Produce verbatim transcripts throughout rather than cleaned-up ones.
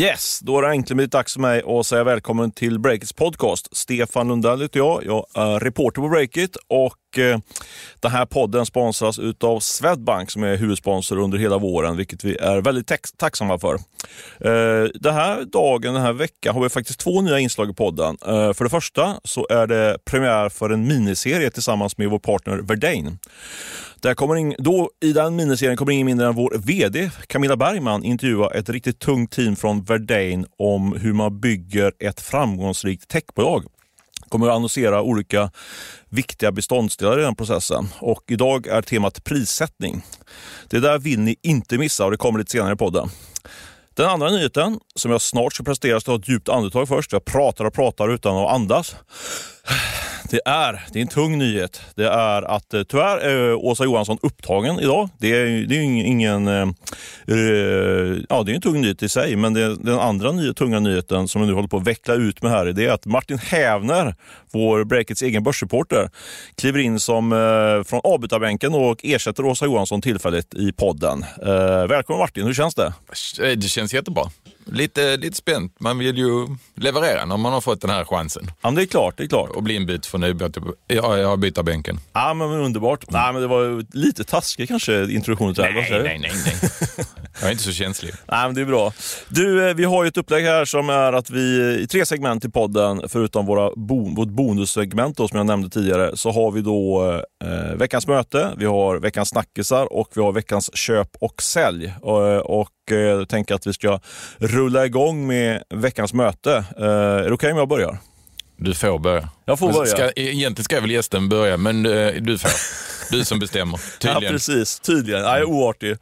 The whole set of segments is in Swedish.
Yes, då är det äntligen blivit dags för mig att säga välkommen till Breakits podcast. Stefan Lundell heter jag, jag är reporter på Breakit och eh, den här podden sponsras utav Swedbank som är huvudsponsor under hela våren, vilket vi är väldigt tack- tacksamma för. Eh, den här dagen, den här veckan har vi faktiskt två nya inslag i podden. Eh, för det första så är det premiär för en miniserie tillsammans med vår partner Verdane. Där kommer in, då, I den miniserien kommer ingen mindre än vår vd Camilla Bergman intervjua ett riktigt tungt team från Verdane om hur man bygger ett framgångsrikt techbolag. Kommer att annonsera olika viktiga beståndsdelar i den processen. Och idag är temat prissättning. Det där vill ni inte missa och det kommer lite senare i podden. Den andra nyheten som jag snart ska prestera ska ta ett djupt andetag först. Jag pratar och pratar utan att andas. Det är, det är en tung nyhet. Det är att tyvärr är Åsa Johansson upptagen idag. Det är, det är ingen... Eh, ja, det är en tung nyhet i sig. Men det, den andra ny, tunga nyheten som vi nu håller på att veckla ut med här, det är att Martin Hävner, vår Breakits egen börsreporter, kliver in som eh, från avbytarbänken och ersätter Åsa Johansson tillfälligt i podden. Eh, välkommen Martin, hur känns det? Det känns jättebra. Lite, lite spänt. Man vill ju leverera när man har fått den här chansen. Ja, det är klart, det är klart. Och bli en byt från ja, jag byter bänken. Ja, men underbart. Mm. Nej, men det var lite taskigt kanske introduktionen till det här. Nej, nej, nej, nej. Jag är inte så känslig. Nej, men det är bra. Du, vi har ju ett upplägg här som är att vi i tre segment i podden, förutom våra bo, vårt bonussegment då, som jag nämnde tidigare, så har vi då eh, veckans möte, vi har veckans snackisar och vi har veckans köp och sälj. Och, och jag tänker att vi ska rulla igång med veckans möte. Eh, är det okej okay om jag börjar? Du får börja. Jag får börja. Ska, egentligen ska väl gästen börja, men uh, du får. Du som bestämmer. Tydligen. Ja, precis. Tydligen. Jag är oartig. Uh,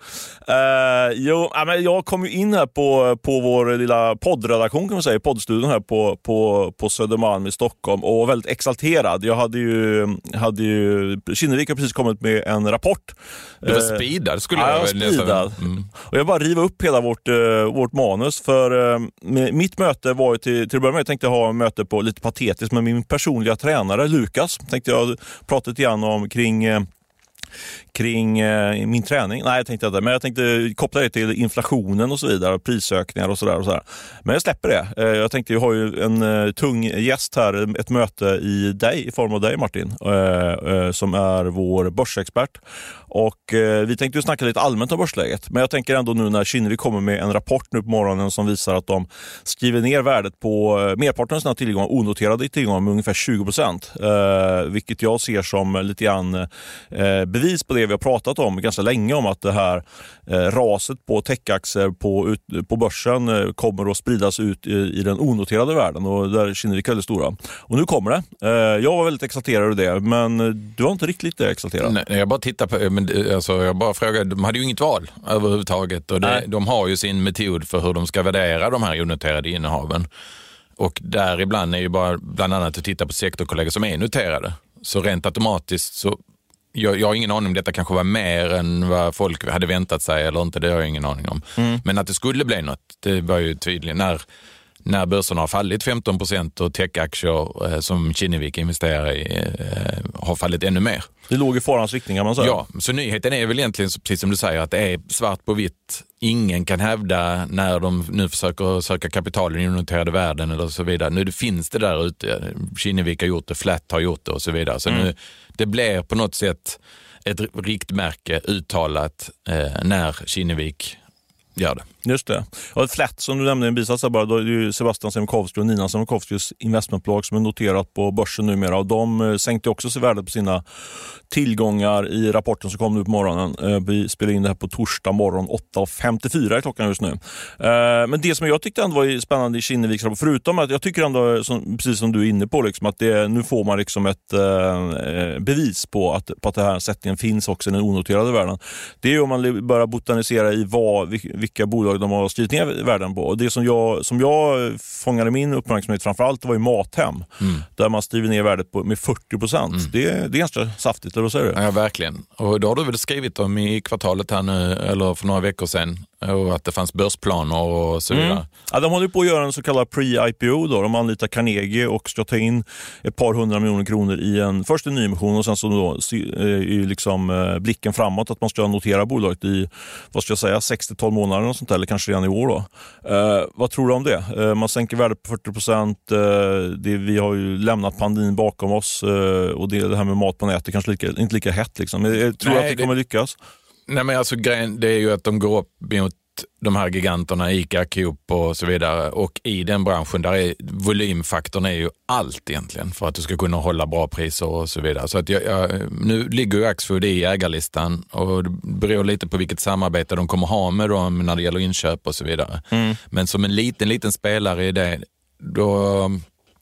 jo, men jag kom ju in här på, på vår lilla poddredaktion, kan man säga, poddstudion här på, på, på Södermalm i Stockholm och var väldigt exalterad. Jag hade ju, hade ju Kinnevik har precis kommit med en rapport. Du var speedad, skulle uh, jag ja, väl läsa. Mm. Och jag bara riva upp hela vårt, uh, vårt manus, för uh, mitt möte var ju till, till att börja med, jag tänkte ha en möte på lite patetiskt med min personliga tränare Lukas. Tänkte jag prata lite grann om kring uh, kring eh, min träning. Nej, jag tänkte inte, men jag tänkte koppla det till inflationen och så vidare, prisökningar och sådär och sådär. Men jag släpper det. Eh, jag tänkte, jag har ju en eh, tung gäst här, ett möte i dig, i form av dig Martin, eh, eh, som är vår börsexpert. Och eh, vi tänkte ju snacka lite allmänt om börsläget, men jag tänker ändå nu när Kinnevik kommer med en rapport nu på morgonen som visar att de skriver ner värdet på eh, merparten av sina tillgångar, onoterade tillgångar, med ungefär tjugo procent. Eh, vilket jag ser som lite grann eh, bevis på det vi har pratat om ganska länge, om att det här eh, raset på techaktier på, ut, på börsen eh, kommer att spridas ut i, i den onoterade världen, och där är Kinnevik väldigt stora. Och nu kommer det. Eh, jag var väldigt exalterad över det, men du var inte riktigt det exalterad. Nej, jag bara tittar på, men alltså, jag bara frågade, de hade ju inget val överhuvudtaget, och det, de har ju sin metod för hur de ska värdera de här onoterade innehaven. Och där ibland är ju bara bland annat att titta på sektorkollegor som är noterade. Så rent automatiskt så Jag, jag har ingen aning om detta kanske var mer än vad folk hade väntat sig eller inte, det har jag ingen aning om. Mm. Men att det skulle bli något, det var ju tydligt när, när börserna har fallit femton procent och techaktier eh, som Kinnevik investerar i eh, har fallit ännu mer. Det låg i farans riktning, kan man säga. Ja, så nyheten är väl egentligen, precis som du säger, att det är svart på vitt. Ingen kan hävda när de nu försöker söka kapital i den noterade världen eller så vidare. Nu det finns det där ute. Kinnevik har gjort det, Flat har gjort det och så vidare. Så mm. nu, det blir på något sätt ett riktmärke uttalat eh, när Kinnevik gör det. Just det. Och Flat, som du nämnde i en bisats bara, då är det ju Sebastian Semkovsky och Nina Semkovskys investmentbolag som är noterat på börsen numera, och de sänkte också sig värdet på sina tillgångar i rapporten som kom nu på morgonen. Vi spelar in det här på torsdag morgon, åtta femtiofyra är klockan just nu. Men det som jag tyckte ändå var spännande i Kinneviks rapport, förutom att jag tycker ändå, som, precis som du är inne på, liksom, att det, nu får man liksom ett eh, bevis på att, på att det här sättningen finns också i den onoterade världen. Det är ju om man börjar botanisera i vad, vilka bolag de har skrivit ner värden på. Och det som jag, som jag fångade min uppmärksamhet framförallt var ju Mathem, mm. där man skriver ner värdet på, med fyrtio procent. Mm. Det, det är ganska saftigt, eller vad säger du? Ja, verkligen. Och då har du väl skrivit om i kvartalet här nu, eller för några veckor sedan, och att det fanns börsplaner och så vidare. Mm. Ja, de håller på att göra en så kallad pre-I P O då. De anlitar Carnegie och ska ta in ett par hundra miljoner kronor i en först en nyemission och sen så då i liksom blicken framåt att man ska notera bolaget i, vad ska jag säga, sex till tolv månader och sånt där, eller kanske redan i år då. Eh, vad tror du om det? Eh, man sänker värdet på fyrtio procent. Eh, det, vi har ju lämnat pandemin bakom oss eh, och det, det här med mat på nätet kanske lika, inte lika hett. Liksom. Jag tror Nej, att det, det kommer lyckas. Nej, men alltså grejen, det är ju att de går upp mot de här giganterna, ICA, Coop och så vidare. Och i den branschen där är volymfaktorn är ju allt egentligen för att du ska kunna hålla bra priser och så vidare. Så att jag, jag, nu ligger ju Axfood i ägarlistan och det beror lite på vilket samarbete de kommer ha med dem när det gäller inköp och så vidare. Mm. Men som en liten, liten spelare i det, då...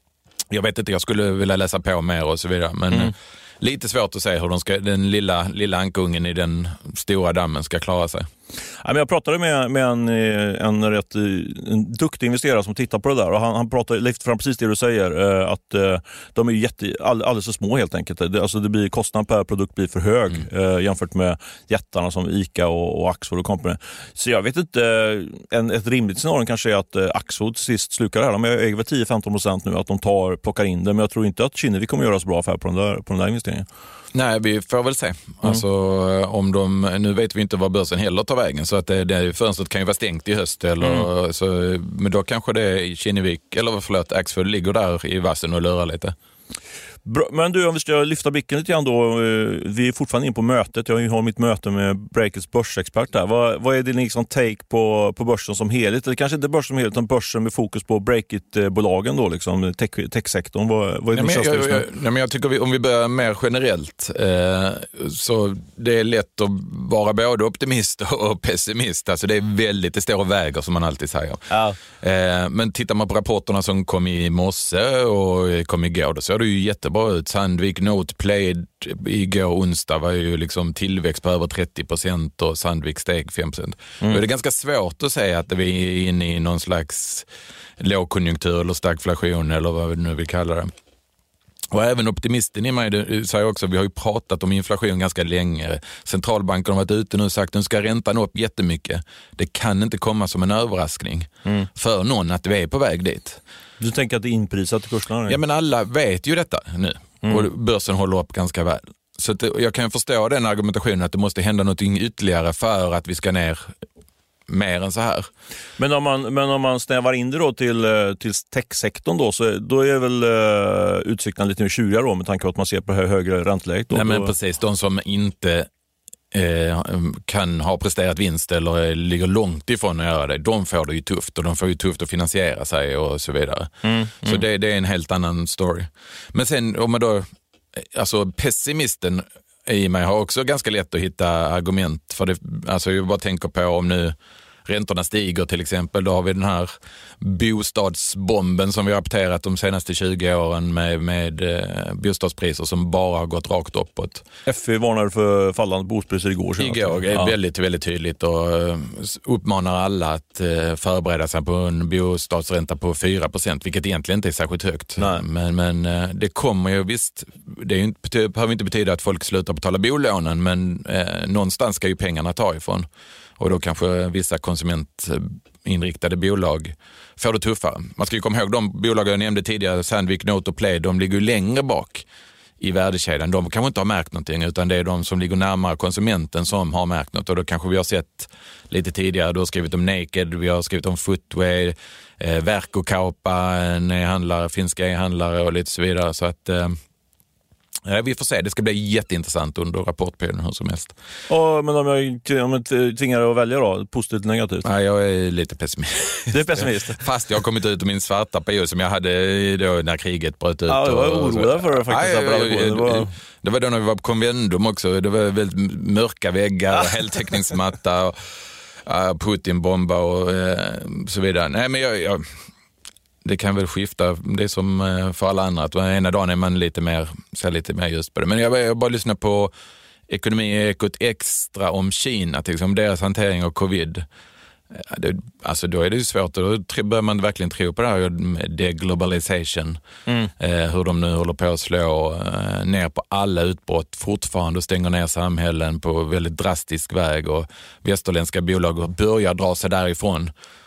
Jag vet inte, jag skulle vilja läsa på mer och så vidare, men... Mm. Lite svårt att säga hur de ska, den lilla, lilla ankungen i den stora dammen ska klara sig. Ja, men jag pratade med, med en, en rätt en duktig investerare som tittar på det där och han, han pratade, lyfte fram precis det du säger, att de är jätte, all, alldeles för små helt enkelt. Det, alltså det blir, kostnaden per produkt blir för hög mm. jämfört med jättarna som ICA och, och Axfood och Company. Så jag vet inte, en, ett rimligt scenario kanske är att Axfood till sist slukar det här. De äger väl tio till femton procent nu, att de tar, plockar in det, men jag tror inte att Kinnevik kommer göra så bra affär på den där, på den där investeringen. Nej, vi får väl se. Mm. Alltså, om de, nu vet vi inte vad börsen heller tar vägen, så att det, det fönstret kan ju vara stängt i höst. Eller, mm. så, men då kanske det är Kinnevik, eller förlåt, Axfood ligger där i vassen och lurar lite. Bra, men du, om vi ska lyfta blicken lite grann då. Vi är fortfarande in på mötet. Jag har mitt möte med Breakits börsexpert där. Vad, vad är din liksom take på, på börsen som helhet? Eller kanske inte börsen som helhet, utan börsen med fokus på Breakit-bolagen då, liksom, tech, techsektorn. Vad, vad är din känsla just nu? Nej, men jag tycker vi, om vi börjar mer generellt, eh, så det är lätt att vara både optimist och pessimist. Alltså det är väldigt, det står och väger som man alltid säger. Ja. Eh, men tittar man på rapporterna som kom i morse och kom igår, då så är det ju jättebra ut. Sandvik Noteplay igår onsdag var ju liksom tillväxt på över trettio procent och Sandvik steg fem procent. Mm. Då är det ganska svårt att säga att vi är inne i någon slags lågkonjunktur eller stagflation eller vad vi nu vill kalla det. Och även optimisten i mig säger också, vi har ju pratat om inflation ganska länge. Centralbanken har varit ute nu och sagt att nu ska räntan upp jättemycket. Det kan inte komma som en överraskning mm. för någon att vi är på väg dit. Du tänker att det är inprisat i kurserna? Ja, men alla vet ju detta nu. Mm. Och börsen håller upp ganska väl. Så att jag kan förstå den argumentationen att det måste hända något ytterligare för att vi ska ner mer än så här. Men om man, men om man snävar in det då till, till techsektorn då, så då är väl uh, utsikterna lite mer tjuriga då med tanke på att man ser på hö- högre ränteläget. Nej, men då... precis. De som inte eh, kan ha presterat vinst eller ligger långt ifrån att göra det, de får det ju tufft och de får ju tufft att finansiera sig och så vidare. Mm, så mm. Det, det är en helt annan story. Men sen om man då, alltså pessimisten i mig har också ganska lätt att hitta argument för det. Alltså jag bara tänker på om nu räntorna stiger till exempel, då har vi den här bostadsbomben som vi har rapporterat de senaste tjugo åren med, med eh, bostadspriser som bara har gått rakt uppåt. F I varnade för fallande bostadspriser igår. Igår är ja. väldigt, väldigt tydligt och uh, uppmanar alla att uh, förbereda sig på en bostadsränta på fyra procent, vilket egentligen inte är särskilt högt. Nej. Men, men uh, det kommer ju visst, det är ju inte, behöver inte betyda att folk slutar betala bolånen, men uh, någonstans ska ju pengarna ta ifrån. Och då kanske vissa konsumentinriktade bolag får det tuffare. Man ska ju komma ihåg, de bolag jag nämnde tidigare, Sandvik, Noteplay, de ligger ju längre bak i värdekedjan. De kanske inte har märkt någonting, utan det är de som ligger närmare konsumenten som har märkt något. Och då kanske vi har sett lite tidigare, du har skrivit om Naked, vi har skrivit om Footway, eh, Verkkokauppa, en e-handlare, finska e-handlare och lite så vidare. Så att... Eh, Ja, vi får se, det ska bli jätteintressant under rapportperioden hur som helst. Oh, men om jag, om jag tvingar dig att välja då, positivt eller negativt? Nej, jag är lite pessimist. Du är pessimist? Fast jag har kommit ut ur min svarta period som jag hade då när kriget bröt ut. Ja, jag var orolig för det faktiskt. Ja, jag, jag, det, var... det var då när vi var på Convendum också. Det var väldigt mörka väggar och heltäckningsmatta och uh, Putin-bomba och uh, så vidare. Nej, men jag... jag det kan väl skifta, det är som för alla andra, att ena dagen är man lite mer, ser lite mer just på det. Men jag, jag bara lyssnar på Ekonomiekot Extra om Kina, till exempel deras hantering av covid. Det, alltså då är det ju svårt, då börjar man verkligen tro på det här med deglobalization. Mm. Eh, hur de nu håller på att slå eh, ner på alla utbrott fortfarande och stänger ner samhällen på väldigt drastisk väg, och västerländska bolag börjar dra sig därifrån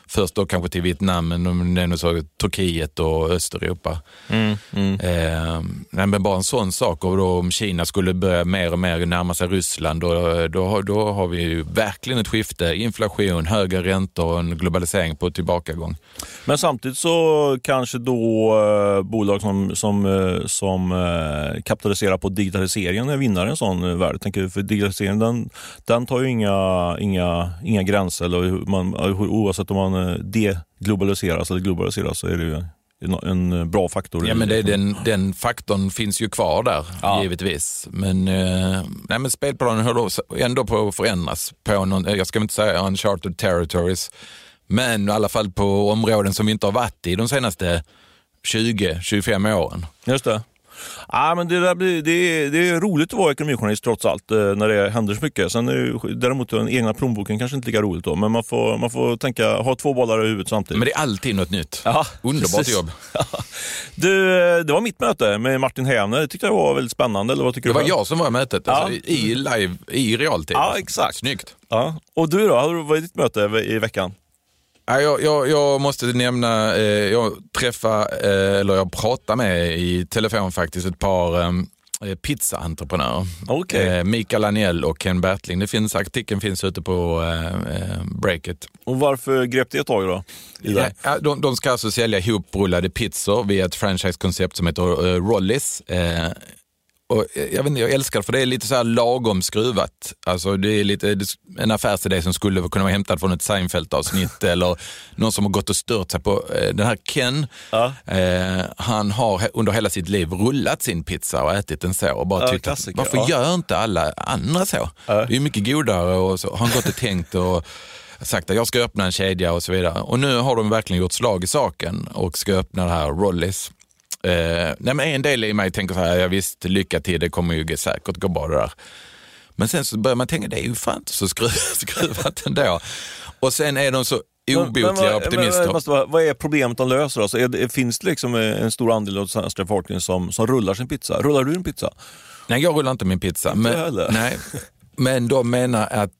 Först då kanske till Vietnam, men det är nog så Turkiet och Östeuropa. Mm, mm. Eh, nej, men bara en sån sak. Och då om Kina skulle börja mer och mer närma sig Ryssland, då, då, då har vi ju verkligen ett skifte. Inflation, höga räntor och en globalisering på tillbakagång. Men samtidigt så kanske då eh, bolag som, som, eh, som eh, kapitaliserar på digitaliseringen är vinnare i en sån eh, värld. Jag tänker, för digitaliseringen den, den tar ju inga, inga, inga gränser. Eller man, oavsett om man deglobaliseras eller globaliseras så är det ju en, en bra faktor. Ja, men det, den, den faktorn finns ju kvar där, ja. Givetvis. Men, eh, nej, men spelplanen håller ändå på att förändras på någon, jag ska inte säga uncharted territories, men i alla fall på områden som vi inte har varit i de senaste tjugo till tjugofem åren. Just det. Ja, men det, där blir, det, är, det är roligt att vara ekonomijournalist trots allt när det händer så mycket. Sen är ju, däremot den egna plånboken kanske inte lika roligt då. Men man får, man får tänka, ha två bollar i huvudet samtidigt. Men det är alltid något nytt. Ja, underbart precis. Jobb. Ja. Du, det var mitt möte med Martin Hävner. Det tyckte jag var väldigt spännande. Eller vad tycker det var du? jag som var i mötet. Ja. Alltså, i live, i realtid. Ja, exakt. Snyggt. Ja. Och du då? Har du varit i ditt möte i veckan? Ja, jag, jag, jag måste nämna, eh, jag träffade, eh, eller jag pratade med i telefon faktiskt ett par eh, pizza-entreprenörer. Okay. Eh, Mikael Aniel och Ken Bertling. Det finns, artikeln finns ute på eh, Breakit. Och varför grep det ett tag då? Ja, de, de ska alltså sälja ihoprullade pizzor via ett franchise-koncept som heter uh, Rollis. Eh, Och jag, vet inte, jag älskar det för det är lite så här lagom skruvat. Alltså det är lite en affärsidé som skulle kunna vara hämtad från ett Seinfeld-avsnitt eller någon som har gått och stört sig på eh, den här Ken. Ja. Eh, han har under hela sitt liv rullat sin pizza och ätit den så och bara ja, tyckt att, varför ja. gör inte alla andra så? Ja. Det är ju mycket godare och så har han gått och tänkt och sagt att jag ska öppna en kedja och så vidare. Och nu har de verkligen gjort slag i saken och ska öppna det här Rollis. Uh, nej men en del i mig tänker så här, jag visst, lycka till, det kommer ju säkert gå bra det där. Men sen så börjar man tänka, det är ju fan så skruvat, skruvat ändå. Och sen är de så obotliga men, men, optimister. Men, men, vad är problemet de löser? Alltså, är det, finns det liksom en stor andel av svenska befolkningen som, som rullar sin pizza? Rullar du en pizza? Nej, jag rullar inte min pizza. Inte men, nej, men de menar att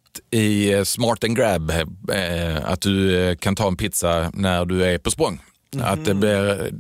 i Smart and Grab eh, att du kan ta en pizza när du är på språng. Mm. Att det blir...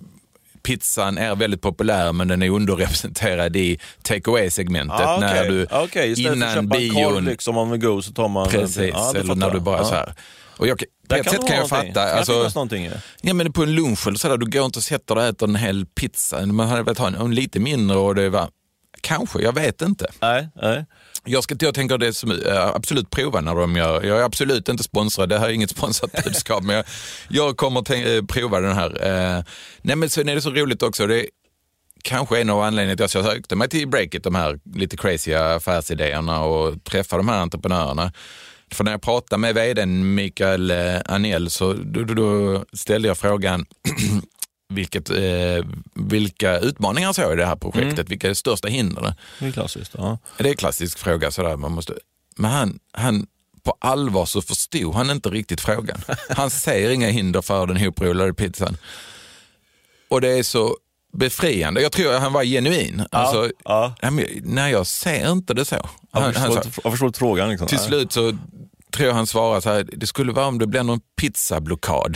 Pizzan är väldigt populär men den är underrepresenterad i take-away-segmentet. Ah, okay. När du okay. innan bion... liksom om vi går så tar man... Precis, ah, eller när du bara ah. så här. Och jag, på ett sätt kan jag fatta. Kan alltså, någonting? Ja, men på en lunch eller så där, du går inte och sätter och äter en hel pizza. Man hade velat ha en, en lite mindre och det var... Kanske, jag vet inte. Nej, nej. Jag ska jag tänka det som absolut prova när de gör. Jag är absolut inte sponsrad. Det här är inget sponsrat budskap, men jag, jag kommer att prova den här. Eh, nej, men sen är det så roligt också. Det är kanske en av anledningarna att jag sökte mig till Breakit, de här lite crazy affärsidéerna och träffa de här entreprenörerna. För när jag pratade med vdn Mikael Aniel så då, då, då ställde jag frågan Vilket, eh, vilka utmaningar så är det här projektet? Mm. Vilka är det största hindren? Det är klassiskt, ja. Det är en klassisk fråga. Sådär, man måste, men han, han, på allvar så förstod han inte riktigt frågan. Han säger inga hinder för den ihoprullade pizzan. Och det är så befriande. Jag tror att han var genuin. Ja, alltså, ja. Nej, jag ser inte det så. Han, jag förstår, han sa, jag förstår frågan. Liksom. Till slut så tror jag han svarar så här, det skulle vara om det blir någon pizzablockad.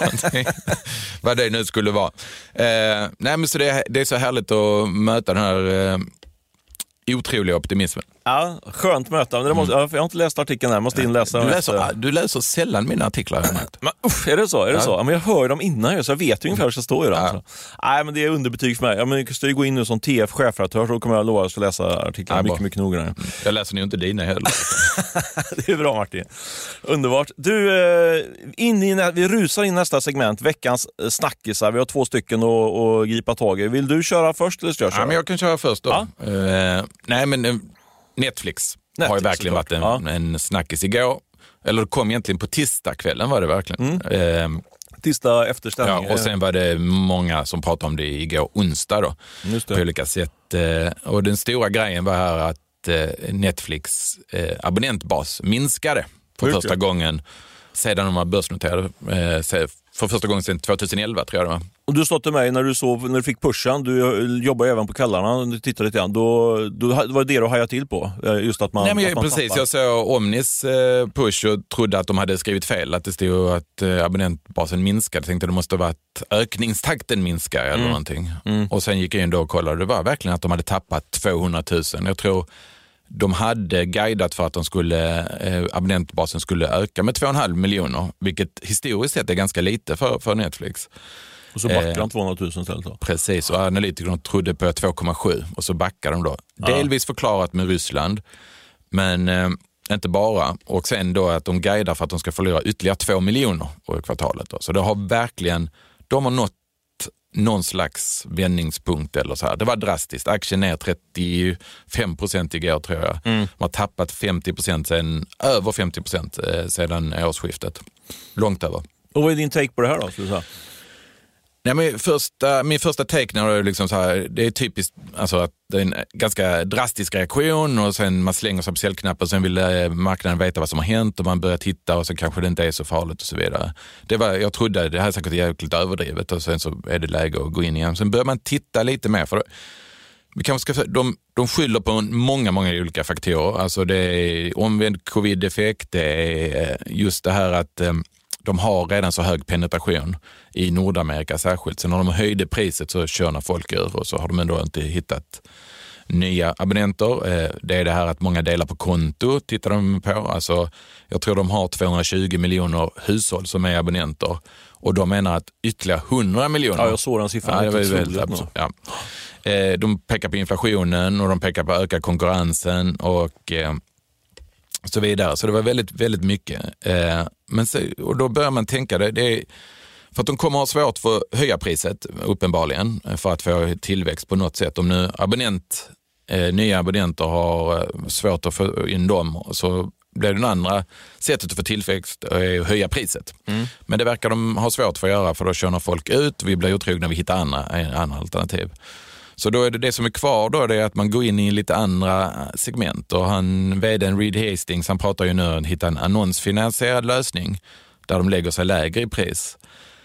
Vad det nu skulle vara. Eh, nej, men så det, är, det är så härligt att möta den här eh, otroliga optimismen. Ja, skönt möte. Men det måste, mm. Jag har inte läst artikeln här, måste inläsa. Du läser, du läser sällan mina artiklar. Men, usch, är det så? Är det ja. så? Ja, men jag hör dem innan, så jag vet ju ungefär vad som står i dem. Ja. Nej, men det är underbetyg för mig. Ja, men jag ska ju gå in nu som T F-chefredaktör, så kommer jag lova att läsa artiklarna ja, mycket, mycket noggrannare. Jag läser ju inte dina heller. Det är bra, Martin. Underbart. Du, in i, vi rusar in i nästa segment, veckans snackisar. Vi har två stycken att gripa tag i. Vill du köra först eller ska jag köra? Ja, men jag kan köra först då. Ja? Uh, nej, men... Uh, Netflix, Netflix har ju verkligen varit en, ja. en snackis igår. Eller det kom egentligen på tisdagskvällen var det verkligen. Mm. Eh, Tisdag efterställning. Ja, och sen var det många som pratade om det igår onsdag då. Just det. På olika sätt. Eh, och den stora grejen var här att eh, Netflix eh, abonnentbas minskade för Just första det. gången sedan de var börsnoterade eh, för första gången sedan tjugoelva tror jag det var. Och du sa till mig när du sov, när du fick pushan, du jobbar även på kvällarna, du tittar lite grann, då, då var det det du hajade till på, just att man, Nej, men jag, att man precis, tappar. Jag såg Omnis eh, push och trodde att de hade skrivit fel, att det stod att eh, abonnentbasen minskade. Jag tänkte det måste vara att ökningstakten minskar eller mm. någonting. Mm. Och sen gick jag in då och kollade, det var verkligen att de hade tappat tvåhundratusen. Jag tror de hade guidat för att de skulle, eh, abonnentbasen skulle öka med två komma fem miljoner, vilket historiskt sett är ganska lite för, för Netflix. Och så backade de tvåhundratusen istället då. Precis, och analytikerna trodde på två komma sju och så backade de då. Ja. Delvis förklarat med Ryssland, men eh, inte bara. Och sen då att de guidar för att de ska förlora ytterligare två miljoner på kvartalet. Då. Så det har verkligen, de har nått någon slags vändningspunkt eller så här. Det var drastiskt. Aktien ner trettiofem procent igår tror jag. Mm. De har tappat femtio procent sen, över femtio procent eh, sedan årsskiftet. Långt över. Och vad är din take på det här då? Så så här? Nej, men första, min första take är liksom så här, det är typiskt alltså att det är en ganska drastisk reaktion och sen man slänger sig på säljknappen och sen vill marknaden veta vad som har hänt och man börjar titta och sen kanske det inte är så farligt och så vidare. Det var, jag trodde det här är säkert jäkligt överdrivet och sen så är det läge att gå in igen. Sen börjar man titta lite mer för vi kanske ska, de, de skyller på många, många olika faktorer. Alltså det är omvänd covid-effekt, det är just det här att de har redan så hög penetration i Nordamerika särskilt. Så när de höjde priset så körnar folk över och så har de ändå inte hittat nya abonnenter. Det är det här att många delar på konto, tittar de på. Alltså, jag tror de har tvåhundratjugo miljoner hushåll som är abonnenter. Och de menar att ytterligare hundra miljoner... Ja, jag såg den siffran. Ja, det var väldigt absurd. Ja. De pekar på inflationen och de pekar på ökad konkurrensen och... så vidare. Så det var väldigt, väldigt mycket. Eh, men så, och då börjar man tänka, det, det är, för att de kommer ha svårt för att höja priset uppenbarligen för att få tillväxt på något sätt. Om nu abonnent, eh, nya abonnenter har svårt att få in dem så blir det den andra sättet att få tillväxt att höja priset. Mm. Men det verkar de ha svårt för att göra för då kör folk ut och vi blir otrygga när vi hittar andra, andra alternativ. Så då är det det som är kvar då, det är att man går in i lite andra segment. Och han, vdn Reed Hastings, han pratar ju nu om att hitta en annonsfinansierad lösning där de lägger sig lägre i pris.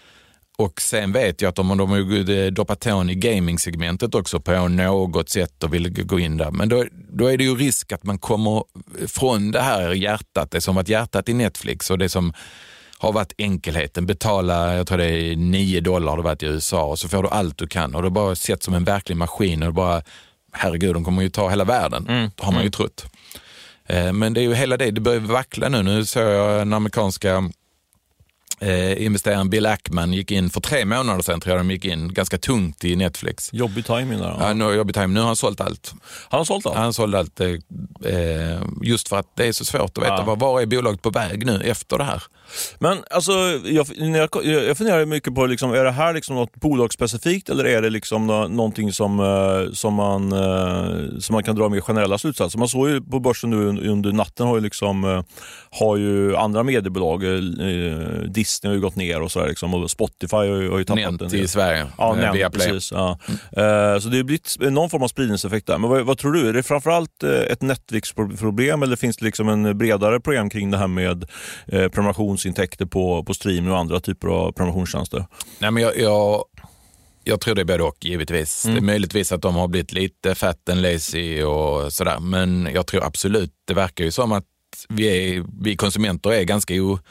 Och sen vet jag att de, de har doppat tån i gaming-segmentet också på något sätt och vill gå in där. Men då, då är det ju risk att man kommer från det här hjärtat, det som varit hjärtat i Netflix och det som har varit enkelheten. Betala, jag tror det är nio dollar har det varit i U S A och så får du allt du kan. Och det bara sett som en verklig maskin och bara, herregud, de kommer ju ta hela världen. Mm. Det har man ju trott. Eh, men det är ju hela det, det börjar vackla nu. Nu såg jag den amerikanska eh, investeraren Bill Ackman gick in för tre månader sedan, tror jag de gick in ganska tungt i Netflix. Jobbig timing där. Ja, nu, jobbig timing. Nu har han sålt allt. Han har sålt allt? Han har sålt allt. Eh, just för att det är så svårt att veta. Ja. Var, var är bolaget på väg nu efter det här? Men alltså, jag, jag, jag funderar mycket på, liksom, är det här liksom något bolagsspecifikt eller är det liksom någonting som, som, man, som man kan dra med generella slutsatser? Man såg ju på börsen nu under natten har ju, liksom, har ju andra mediebolag, Disney har ju gått ner och sådär, liksom, och Spotify har ju, har ju tappat Nämnt en del. i Sverige. Ja, nämnt, precis. Ja. Mm. Så det har blivit någon form av spridningseffekt där. Men vad, vad tror du? Är det framförallt ett Netflix-problem eller finns det liksom en bredare problem kring det här med eh, prenumerationsintäkter på, på stream och andra typer av prenumerationstjänster? Nej, men jag, jag, jag tror det är både och, givetvis. Mm. Det är möjligtvis att de har blivit lite fat and lazy och sådär. Men jag tror absolut, det verkar ju som att vi, är, vi konsumenter är ganska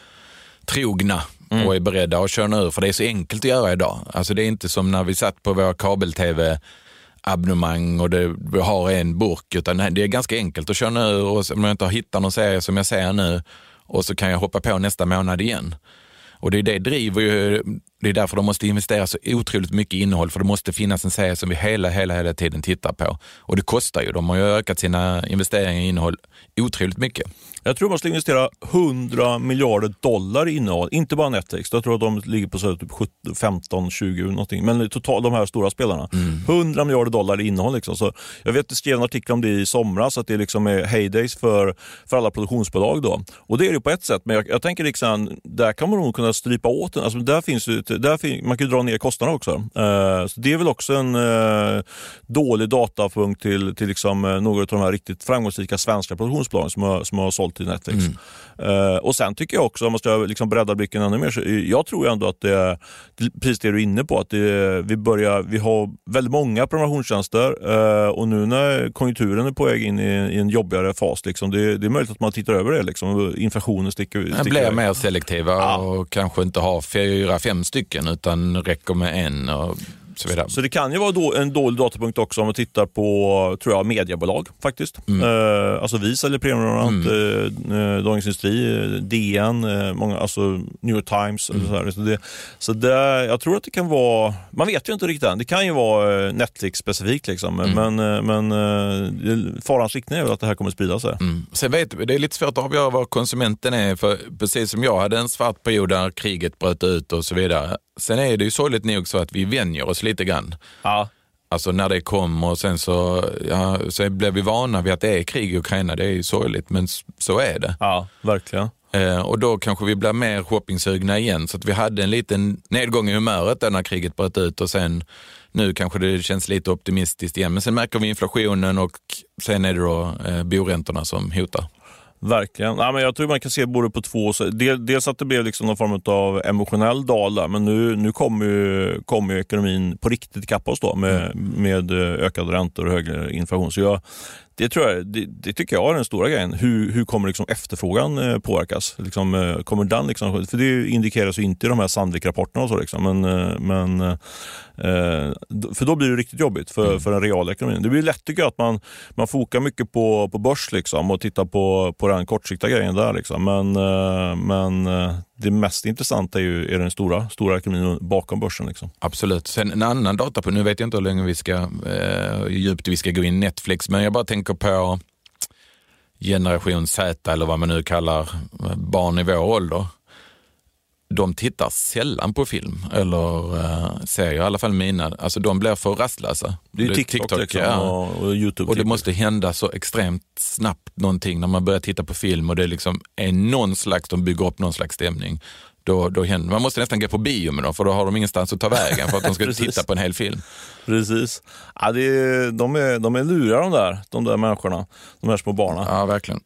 otrogna mm. och är beredda att köra ur. För det är så enkelt att göra idag. Alltså det är inte som när vi satt på vår kabel-tv abonnemang och det, vi har en burk, utan det är ganska enkelt att köra ur. Och om jag inte har hittat någon serie som jag ser nu och så kan jag hoppa på nästa månad igen. Och det är det driver ju, det är därför de måste investera så otroligt mycket innehåll, för det måste finnas en serie som vi hela, hela, hela tiden tittar på. Och det kostar ju, de har ju ökat sina investeringar i innehåll otroligt mycket. Jag tror man ska investera hundra miljarder dollar i innehåll, inte bara Netflix. Jag tror att de ligger på så typ femton tjugo någonting, men totalt de här stora spelarna. Mm. hundra miljarder dollar i innehåll liksom. Så jag vet att jag skrev en artikel om det i somras, att det liksom är heydays för, för alla produktionsbolag då. Och det är det på ett sätt, men jag, jag tänker liksom, där kan man nog kunna strypa åt den. Alltså där finns ju ett, där man kan ju dra ner kostnader också. Uh, så det är väl också en uh, dålig datapunkt till, till liksom, uh, några av de här riktigt framgångsrika svenska produktionsbolagen som har, som har sålt till Netflix. Mm. Uh, och sen tycker jag också, måste jag liksom bredda blicken ännu mer, så jag tror ändå att det är precis det du är inne på, att det, vi börjar, vi har väldigt många prenumerationstjänster uh, och nu när konjunkturen är på väg in i, i en jobbigare fas, liksom, det, det är möjligt att man tittar över det, liksom, inflationen sticker, sticker det blir mer selektiva ja. och kanske inte ha fyra, fem stycken utan räcker med en och så vidare. Så det kan ju vara då en dålig datapunkt också om man tittar på, tror jag, mediebolag faktiskt. Mm. Uh, alltså vi säljer prenumerant, mm. uh, Dagens Industri, D N, uh, många, alltså New York Times. Mm. Och så, så, det, så det, jag tror att det kan vara, man vet ju inte riktigt än, det kan ju vara Netflix-specifikt liksom, mm. men, uh, men uh, farans riktning är väl att det här kommer sprida sig. Mm. Sen vet vi, det är lite svårt att avgöra vad konsumenten är, för precis som jag hade en svart period där kriget bröt ut och så vidare. Sen är det ju sorgligt nog så att vi vänjer oss lite grann. Ja. Alltså när det kom och sen så, ja, så blev vi vana vid att det är krig i Ukraina. Det är ju sorgligt, men så är det. Ja, verkligen. Eh, och då kanske vi blir mer shoppingsugna igen. Så att vi hade en liten nedgång i humöret där när kriget bröt ut och sen nu kanske det känns lite optimistiskt igen. Men sen märker vi inflationen och sen är det då eh, boräntorna som hotar. Verkligen. Ja, men jag tror man kan se både på två. Dels att det blev liksom någon form av emotionell dal där, men nu, nu kommer ju, kommer ju ekonomin på riktigt kappa oss då med, med ökade räntor och högre inflation. Så jag, det, tror jag, det, det tycker jag är den stora grejen. Hur, hur kommer liksom efterfrågan påverkas? Liksom, kommer den liksom, för det indikeras ju inte i de här Sandvik-rapporterna och så liksom, men, men eh, för då blir det riktigt jobbigt för, mm. för den reala ekonomin. Det blir lätt tycker jag att man, man fokar mycket på, på börs liksom, och tittar på, på den kortsiktiga grejen där liksom. Men, eh, men det mest intressanta är ju är den stora, stora ekonomin bakom börsen liksom. Absolut. Sen en annan data på, nu vet jag inte hur länge vi ska eh, djupt vi ska gå in Netflix, men jag bara tänker på generation Z eller vad man nu kallar barn i vår ålder. De tittar sällan på film eller uh, serier, i alla fall mina. Alltså de blir för rastlösa. Det är ju TikTok, TikTok liksom, ja. och, och YouTube. Och det måste hända så extremt snabbt någonting när man börjar titta på film och det liksom är någon slags, de bygger upp någon slags stämning. Då, då händer, man måste nästan gå på bio med dem, för då har de ingenstans att ta vägen för att de ska titta på en hel film. Precis. Ja, det är, de, är, de är luriga de där, de där människorna, de här små barnen. Ja, verkligen.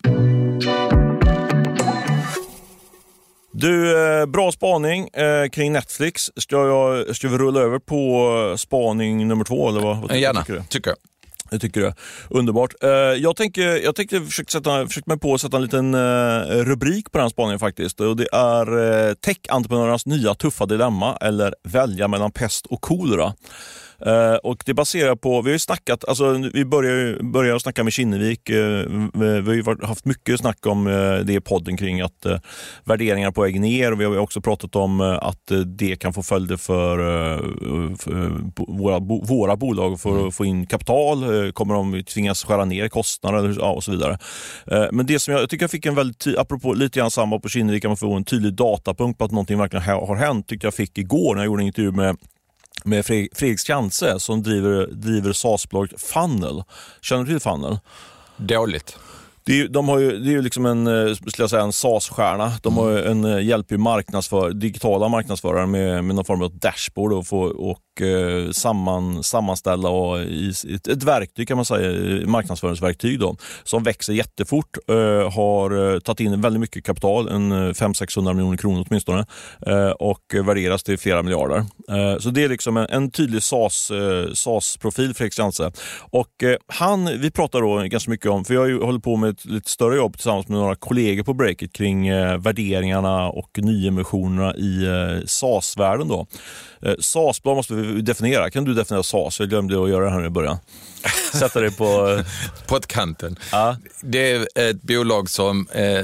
Du, eh, bra spaning eh, kring Netflix. Ska, jag, ska vi rulla över på spaning nummer två? Eller vad, vad tycker, Gärna, tycker du? tycker jag. Jag tycker det. Underbart. Uh, jag tänker, jag tänkte försöka sätta, försöka mig på att sätta en liten uh, rubrik på den spaningen faktiskt. Och det är uh, tech-entreprenörernas nya tuffa dilemma, eller välja mellan pest och kolera. Uh, och det baserar på, vi har ju snackat, alltså vi börjar börjar snacka med Kinnevik, uh, vi, vi har haft mycket snack om uh, det i podden kring att uh, värderingar på väg ner, och vi har också pratat om uh, att uh, det kan få följder för, uh, för uh, våra, bo, våra bolag för mm. att få in kapital, uh, kommer de tvingas skära ner kostnader ja, och så vidare. Uh, men det som jag, jag tycker jag fick en väldigt, ty- apropå lite grann samma på Kinnevik, kan man få en tydlig datapunkt på att någonting verkligen ha, har hänt, tycker jag fick igår när jag gjorde en intervju med med Fredrik Skantze som driver, driver SaaS-bolaget Funnel. Känner du till Funnel? Dåligt. Det är, de har ju, det är ju liksom en, skulle jag säga, en SaaS-stjärna. De har ju en hjälp i marknadsför, digitala marknadsförare med, med någon form av dashboard och, få, och eh, samman, sammanställa och i, ett, ett verktyg kan man säga, marknadsföringsverktyg då, som växer jättefort, eh, har tagit in väldigt mycket kapital, en fem hundra till sexhundra miljoner kronor åtminstone, eh, och värderas till flera miljarder. Eh, så det är liksom en, en tydlig SaaS, eh, SaaS-profil för Exanse. Och eh, han, vi pratar då ganska mycket om, för jag håller på med ett lite större jobb tillsammans med några kollegor på Breakit kring eh, värderingarna och nyemissionerna i eh, SaaS-världen då. Eh, SaaS-bolag måste vi definiera. Kan du definiera SaaS? Jag glömde att göra det här i början. Sätta det på... på ett kanten. Ja. Det är ett bolag som eh,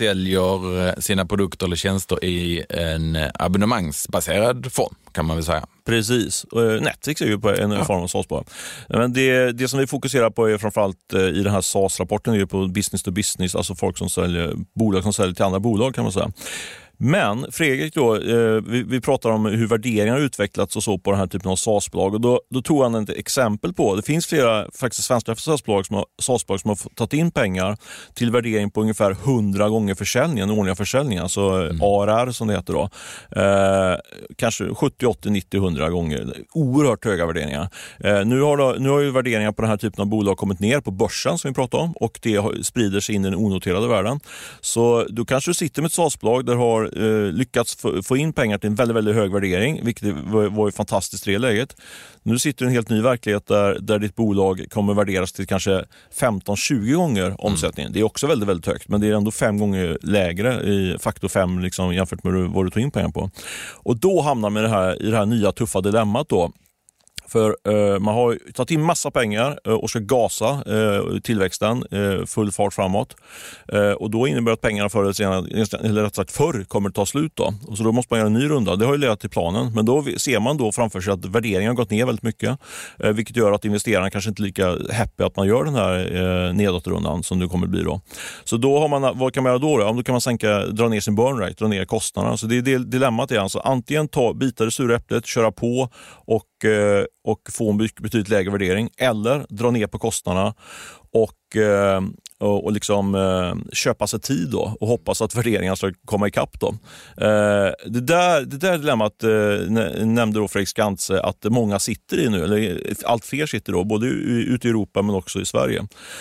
säljer sina produkter eller tjänster i en abonnemangsbaserad form, kan man väl säga. Precis. Netflix är ju på en ja. form av SaaS-bolag. Men det, det som vi fokuserar på är framförallt i den här SaaS-rapporten är ju på business to business, alltså folk som säljer, bolag som säljer till andra bolag kan man säga. Men Fredrik då, eh, vi, vi pratar om hur värderingar har utvecklats och så på den här typen av SaaS-bolag. Och då, då tog han ett exempel på, det finns flera faktiskt svenska SaaS-bolag som har, SaaS-bolag som har tagit in pengar till värdering på ungefär hundra gånger försäljningen, årliga försäljningen, alltså mm. A R R som det heter då. Eh, kanske sjuttio, åttio, nittio, hundra gånger. Oerhört höga värderingar. Eh, nu, har då, nu har ju värderingar på den här typen av bolag kommit ner på börsen som vi pratade om och det har, sprider sig in i den onoterade världen. Så du kanske du sitter med ett SaaS-bolag där har eh, lyckats få, få in pengar till en väldigt, väldigt hög värdering, vilket var, var ju fantastiskt i det läget. Nu sitter du i en helt ny verklighet där, där ditt bolag kommer värderas till kanske femton tjugo gånger omsättningen. Mm. Det är också väldigt, väldigt högt, men det är ändå fem gånger lägre i faktor fem liksom, jämfört med vad du tog in pengar på. Och då hamnar man i det här, i det här nya tuffa dilemmat då. För eh, man har tagit in massa pengar eh, och ska gasa eh, tillväxten, eh, full fart framåt. Eh, och då innebär det att pengarna förr eller senare, eller rätt sagt förr, kommer att ta slut då. Och så då måste man göra en ny runda. Det har ju ledat till planen. Men då ser man då framför sig att värderingen har gått ner väldigt mycket. Eh, vilket gör att investerarna kanske inte är lika happy att man gör den här eh, nedåtrundan som det kommer att bli då. Så då har man, vad kan man göra då? Då? Då kan man sänka, dra ner sin burn rate, dra ner kostnaderna. Så det är det dilemmat är alltså antingen ta bitar i sura äpplet, köra på och eh, och få en betydligt lägre värdering eller dra ner på kostnaderna och, eh, och, och liksom eh, köpa sig tid då och hoppas att värderingarna ska komma ikapp då. Eh, det, där, det där dilemmat eh, nämnde då Fredrik Skantze att många sitter i nu, eller allt fler sitter då, både ute i Europa men också i Sverige.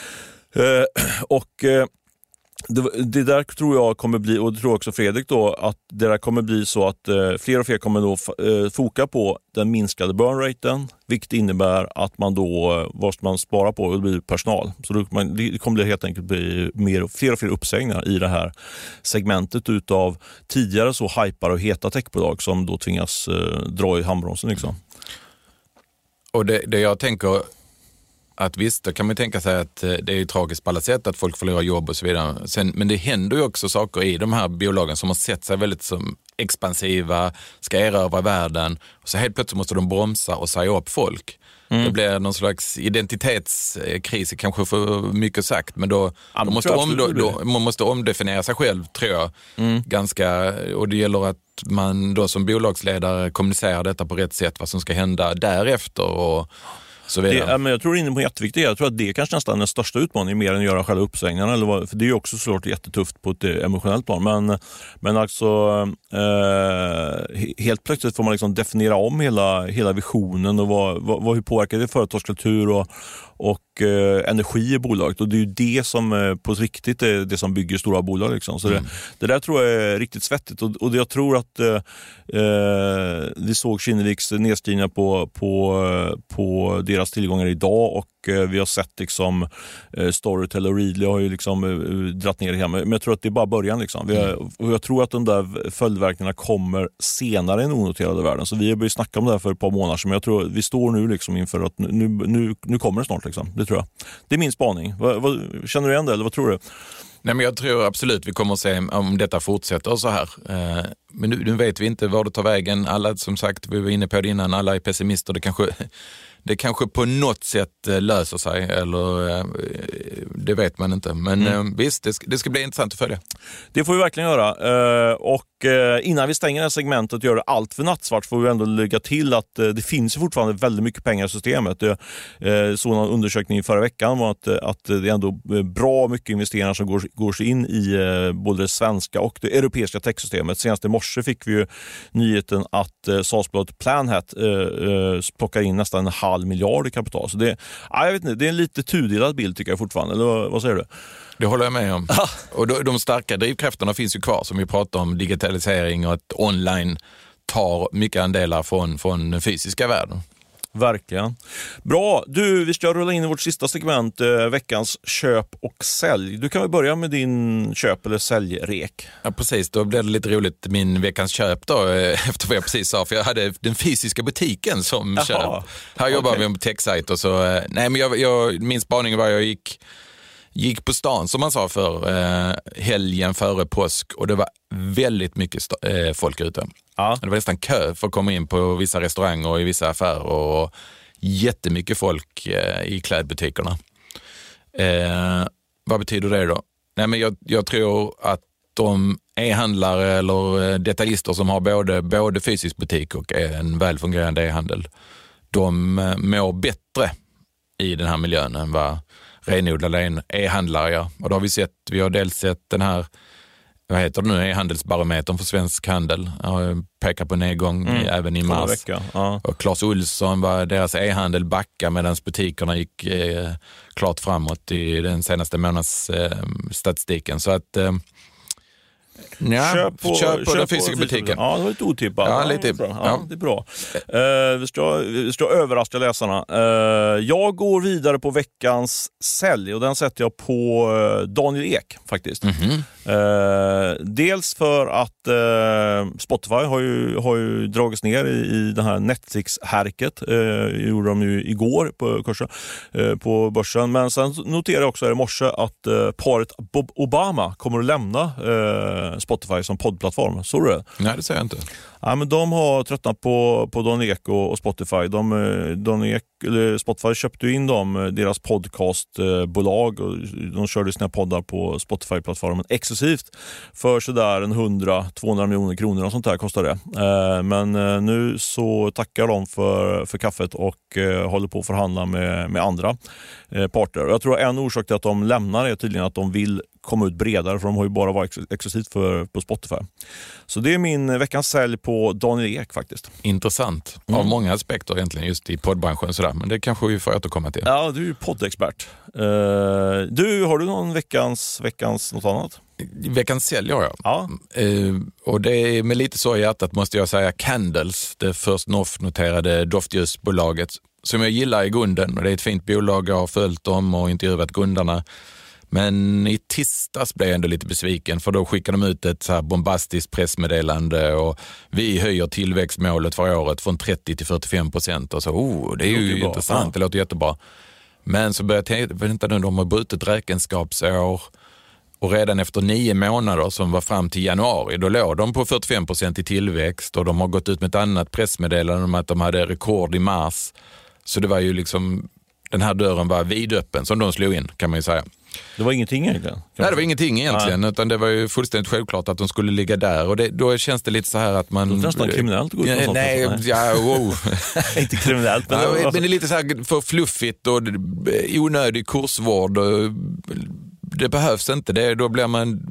Eh, och eh, Det, det där tror jag kommer bli, och det tror också Fredrik då, att det där kommer bli så att eh, fler och fler kommer då eh, foka på den minskade burn raten, vilket innebär att man då, eh, vad ska man spara på, det blir personal. Så då, man, det kommer helt enkelt bli mer, fler och fler uppsägningar i det här segmentet utav tidigare så hypar och heta techbolag som då tvingas eh, dra i handbromsen liksom. Och det, det jag tänker att visst, då kan man tänka sig att det är ju tragiskt på alla sätt att folk förlorar jobb och så vidare. Sen, men det händer ju också saker i de här bolagen som har sett sig väldigt som expansiva, ska erövra världen. Och så helt plötsligt måste de bromsa och säga upp folk. Mm. Det blir någon slags identitetskris, kanske för mycket sagt, men då, ja, då måste om, då, då, man måste omdefiniera sig själv, tror jag. Mm. Ganska, och det gäller att man då som bolagsledare kommunicerar detta på rätt sätt, vad som ska hända därefter och Det, ja, men jag tror inne på jätteviktigt. Jag tror att det är kanske nästan den största utmaningen mer än att göra själva uppsägningarna. Eller vad, för det är ju också såklart jättetufft på ett emotionellt plan. Men, men alltså eh, helt plötsligt får man liksom definiera om hela, hela visionen och vad, vad, hur påverkar det företagskultur och, och eh, energi i bolaget. Och det är ju det som eh, på riktigt är det som bygger stora bolag. Liksom. Så mm. det, det där tror jag är riktigt svettigt. Och, och jag tror att eh, vi såg Kinneviks nedskrivningar på, på, på deras tillgångar idag och vi har sett liksom Storytel och Readly har ju liksom dratt ner det här, men jag tror att det är bara början liksom. Vi har, och jag tror att de där följdverkningarna kommer senare i den onoterade världen, så vi har börjat snacka om det här för ett par månader sedan, men jag tror att vi står nu liksom inför att nu, nu, nu kommer det snart liksom. Det tror jag. Det är min spaning. Vad, vad, känner du igen det eller vad tror du? Nej, men jag tror absolut vi kommer att se om detta fortsätter så här. Men nu, nu vet vi inte var det tar vägen. Alla, som sagt, vi var inne på det innan, alla är pessimister. Det kanske, det kanske på något sätt löser sig, eller det vet man inte. Men mm. visst, det ska, det ska bli intressant att följa. Det får vi verkligen göra. Och innan vi stänger det här segmentet och gör det allt för nattsvart får vi ändå lägga till att det finns fortfarande väldigt mycket pengar i systemet. Det såg en undersökning förra veckan var att, att det är ändå bra mycket investeringar som går, går sig in i både det svenska och det europeiska techsystemet. Senast i morse fick vi ju nyheten att SaaS-bolaget Planhat eh, plockar in nästan en halv miljard i kapital. Så det, ja, jag vet inte, det är en lite tudelad bild tycker jag fortfarande. Eller vad, vad säger du? Det håller jag med om. Och de, de starka drivkrafterna finns ju kvar, som vi pratar om, digitalisering och att online tar mycket andelar från, från den fysiska världen. Verkligen. Bra, du, vi ska rulla in i vårt sista segment, eh, veckans köp och sälj. Du kan väl börja med din köp- eller säljrek. Ja, precis. Då blev det lite roligt min veckans köp då, efter vad jag precis sa. För jag hade den fysiska butiken som Jaha, köp. Här jobbar okay. vi med tech-sajt och så. Nej, men jag, jag, min spaning var att jag gick... Gick på stan som man sa för eh, helgen före påsk och det var väldigt mycket sta- eh, folk ute. Ja. Det var nästan kö för att komma in på vissa restauranger och i vissa affärer och jättemycket folk eh, i klädbutikerna. Eh, vad betyder det då? Nej, men jag, jag tror att de e-handlare eller detaljister som har både, både fysisk butik och en välfungerande e-handel, de mår bättre i den här miljön än vad renodlade e-handlare gör. Och då har vi sett, vi har dels sett den här, vad heter det nu, e-handelsbarometern för svensk handel. Jag pekar på nedgång mm. även i mars. Ja. Och Clas Ohlson, var deras e-handel backa medan butikerna gick eh, klart framåt i den senaste månads eh, statistiken. Så att eh, ja, köp på, köp på köp den fysiska på butiken. Ja, det var lite otippat. Ja, ja, lite. Ja, Ja. Det är bra. Uh, vi, ska, vi ska överraska läsarna. Uh, jag går vidare på veckans sälj och den sätter jag på uh, Daniel Ek faktiskt. Mm-hmm. Uh, dels för att uh, Spotify har ju, har ju dragits ner i, i den här Netflix-härket. Uh, gjorde de ju igår på kursen, uh, på börsen. Men sen noterar jag också i morse att uh, paret Bob Obama kommer att lämna uh, Spotify som poddplattform. Såg du det? Nej, det säger jag inte. Ja, men de har tröttnat på, på Don Ek och, och Spotify. De, Don Ek, eller Spotify köpte in dem, deras podcastbolag, och de körde sina poddar på Spotify-plattformen exklusivt för sådär en hundra till tvåhundra miljoner kronor och sånt där kostar det. Men nu så tackar de för, för kaffet och håller på att förhandla med, med andra parter. Jag tror en orsak till att de lämnar är tydligen att de vill komma ut bredare, för de har ju bara varit exklusivt för, på Spotify. Så det är min veckans sälj på Daniel Ek faktiskt. Intressant. Av mm. många aspekter egentligen just i poddbranschen sådär. Men det kanske vi får återkomma till. Ja, du är ju poddexpert. Uh, du, har du någon veckans, veckans något annat? Veckans sälj har jag. Ja. Uh, och det är med lite så i hjärtat måste jag säga Candles, det först North-noterade doftljusbolaget som jag gillar i grunden. Och det är ett fint bolag, jag har följt dem och intervjuat grundarna. Men i tisdags blev jag ändå lite besviken, för då skickade de ut ett så här bombastiskt pressmeddelande och vi höjer tillväxtmålet för året från trettio till fyrtiofem procent. Och så, oh, det är ju det intressant, ja. Det låter jättebra. Men så började jag tänka, vänta nu, de har brutit räkenskapsår och redan efter nio månader som var fram till januari, då låg de på fyrtiofem procent i tillväxt och de har gått ut med ett annat pressmeddelande om att de hade rekord i mars. Så det var ju liksom, den här dörren var vidöppen som de slog in, kan man ju säga. Det var ingenting egentligen? Nej, det var ingenting egentligen, Nej. utan det var ju fullständigt självklart att de skulle ligga där. Och det, då känns det lite så här att man... Det är nästan kriminellt att gå ut på sånt. Nej, ja, wow. Inte kriminellt, men... Ja, men det är lite så här för fluffigt och onödig kursvård. Och det behövs inte. Det, då blir man...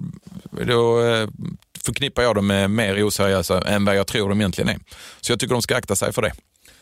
Då förknippar jag dem med mer oseriösa än vad jag tror de egentligen är. Så jag tycker de ska akta sig för det.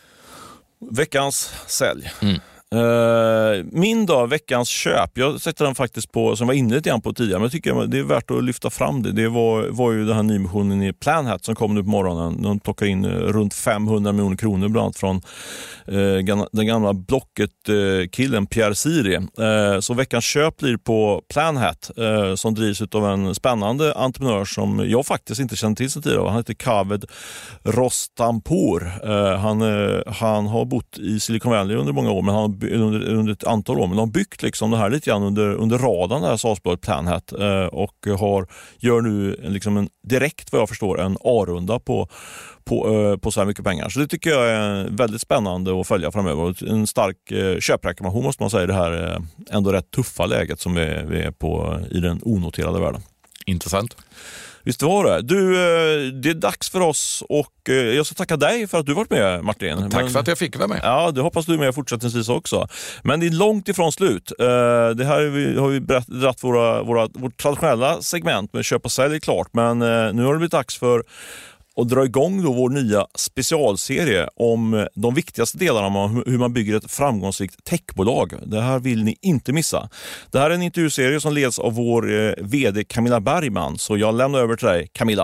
Veckans sälj. Mm. Uh, min dag, veckans köp, jag sätter den faktiskt på, som var inne lite grann på tidigare, men jag tycker det är värt att lyfta fram det. Det var, var ju den här nymissionen i Planhat som kom nu på morgonen. De plockar in runt femhundra miljoner kronor bland annat från uh, den gamla Blocket-killen uh, Pierre Siri. Uh, så veckans köp blir på Planhat uh, som drivs av en spännande entreprenör som jag faktiskt inte känner till så tidigare. Han heter Kaved Rostampour. Uh, han, uh, han har bott i Silicon Valley under många år, men han har Under, under ett antal år, men de har byggt liksom det här lite grann under, under radarn, det här SaaS-bolaget Planhat, eh, och har, gör nu liksom en, direkt vad jag förstår en A-runda på, på, eh, på så här mycket pengar. Så det tycker jag är väldigt spännande att följa framöver. En stark eh, köprekommendation måste man säga i det här eh, ändå rätt tuffa läget som vi, vi är på i den onoterade världen. Intressant. Visst var det. Du, det är dags för oss och jag ska tacka dig för att du varit med, Martin. Tack Men, för att jag fick vara med. Ja, det hoppas du är med fortsättningsvis också. Men det är långt ifrån slut. Det här har vi dratt våra, våra, vårt traditionella segment med köp och sälj klart. Men nu har det blivit dags för och dra igång då vår nya specialserie om de viktigaste delarna av hur man bygger ett framgångsrikt techbolag. Det här vill ni inte missa. Det här är en intervjuserie som leds av vår eh, vd Camilla Bergman, så jag lämnar över till dig, Camilla.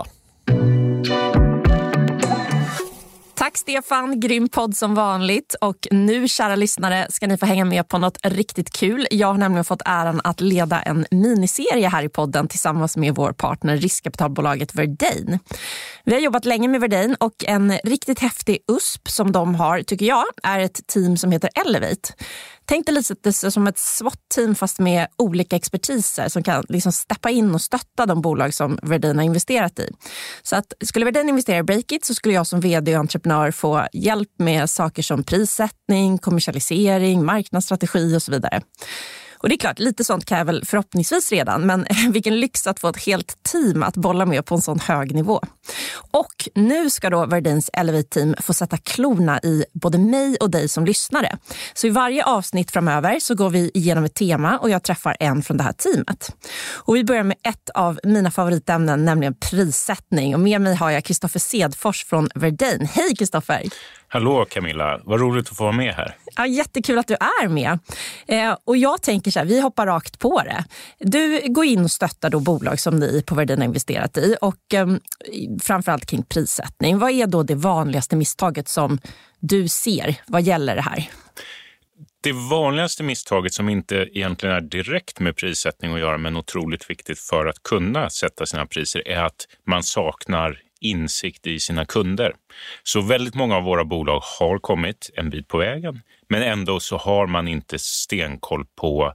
Tack Stefan, grym podd som vanligt. Och nu, kära lyssnare, ska ni få hänga med på något riktigt kul. Jag har nämligen fått äran att leda en miniserie här i podden tillsammans med vår partner riskkapitalbolaget Verdane. Vi har jobbat länge med Verdane och en riktigt häftig U S P som de har, tycker jag, är ett team som heter Elevate. Tänk dig lite som ett SWOT-team fast med olika expertiser som kan liksom steppa in och stötta de bolag som Verdane har investerat i. Så att skulle Verdane investera i Breakit så skulle jag som vd och entreprenör få hjälp med saker som prissättning, kommersialisering, marknadsstrategi och så vidare. Och det är klart, lite sånt kan jag väl förhoppningsvis redan, men vilken lyx att få ett helt team att bolla med på en sån hög nivå. Och nu ska då Verdins Elevate-team få sätta klorna i både mig och dig som lyssnare. Så i varje avsnitt framöver så går vi igenom ett tema och jag träffar en från det här teamet. Och vi börjar med ett av mina favoritämnen, nämligen prissättning. Och med mig har jag Kristoffer Sedfors från Verdin. Hej Kristoffer! Hallå Camilla, vad roligt att få vara med här. Ja, jättekul att du är med. Eh, och jag tänker så här, vi hoppar rakt på det. Du går in och stöttar då bolag som ni på Verdin har investerat i och eh, framförallt kring prissättning. Vad är då det vanligaste misstaget som du ser vad gäller det här? Det vanligaste misstaget som inte egentligen är direkt med prissättning att göra men otroligt viktigt för att kunna sätta sina priser är att man saknar insikt i sina kunder. Så väldigt många av våra bolag har kommit en bit på vägen, men ändå så har man inte stenkoll på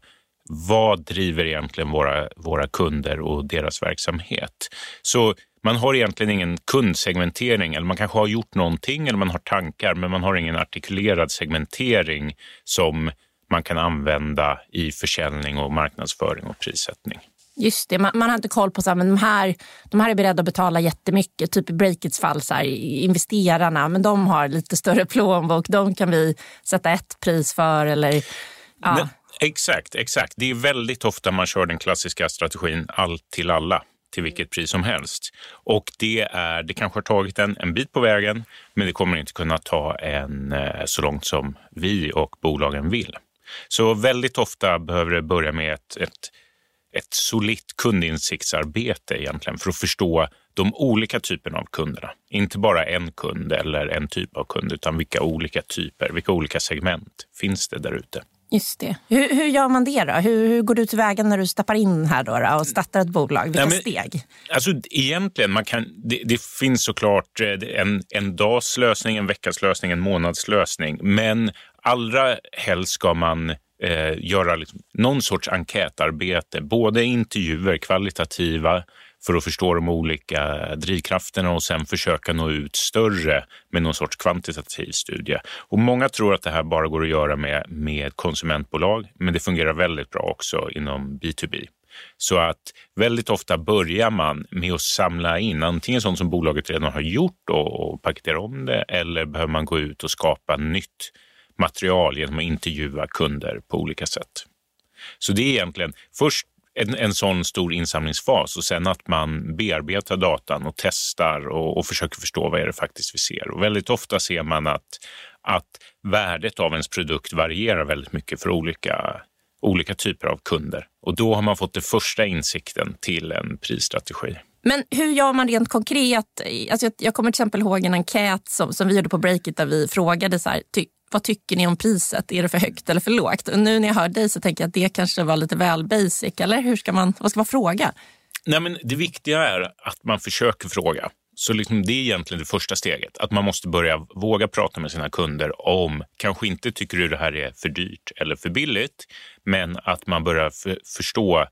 vad driver egentligen våra, våra kunder och deras verksamhet. Så man har egentligen ingen kundsegmentering, eller man kanske har gjort någonting eller man har tankar, men man har ingen artikulerad segmentering som man kan använda i försäljning och marknadsföring och prissättning. Just det, man, man har inte koll på så här, men de här, de här är beredda att betala jättemycket, typ i Breakits fall så här, investerarna, men de har lite större plånbok, de kan vi sätta ett pris för eller ja. Men, exakt, exakt. Det är väldigt ofta man kör den klassiska strategin allt till alla, till vilket pris som helst. Och det är, det kanske har tagit en, en bit på vägen, men det kommer inte kunna ta en så långt som vi och bolagen vill. Så väldigt ofta behöver det börja med ett, ett ett solitt kundinsiktsarbete egentligen för att förstå de olika typerna av kunderna. Inte bara en kund eller en typ av kund, utan vilka olika typer, vilka olika segment finns det där ute. Just det. Hur, hur gör man det då? Hur, hur går du till vägen när du steppar in här då, då och startar ett bolag? Vilka ja, men, steg? Alltså egentligen, man kan, det, det finns såklart en, en dags lösning, en veckas lösning, en månads lösning. Men allra helst ska man Eh, göra liksom någon sorts enkätarbete, både intervjuer, kvalitativa för att förstå de olika drivkrafterna och sen försöka nå ut större med någon sorts kvantitativ studie. Och många tror att det här bara går att göra med, med konsumentbolag, men det fungerar väldigt bra också inom B to B. Så att väldigt ofta börjar man med att samla in antingen sånt som bolaget redan har gjort och, och paketera om det, eller behöver man gå ut och skapa nytt material genom att intervjua kunder på olika sätt. Så det är egentligen först en, en sån stor insamlingsfas och sen att man bearbetar datan och testar och, och försöker förstå vad är det faktiskt vi ser. Och väldigt ofta ser man att, att värdet av ens produkt varierar väldigt mycket för olika, olika typer av kunder. Och då har man fått den första insikten till en prisstrategi. Men hur gör man rent konkret? Alltså jag, jag kommer till exempel ihåg en enkät som, som vi gjorde på Breakit där vi frågade så här, ty, vad tycker ni om priset? Är det för högt eller för lågt? Och nu när jag hör dig så tänker jag att det kanske var lite väl basic. Eller hur ska man, vad ska man fråga? Nej, men det viktiga är att man försöker fråga. Så liksom det är egentligen det första steget. Att man måste börja våga prata med sina kunder om, kanske inte tycker du det här är för dyrt eller för billigt, men att man börjar för, förstå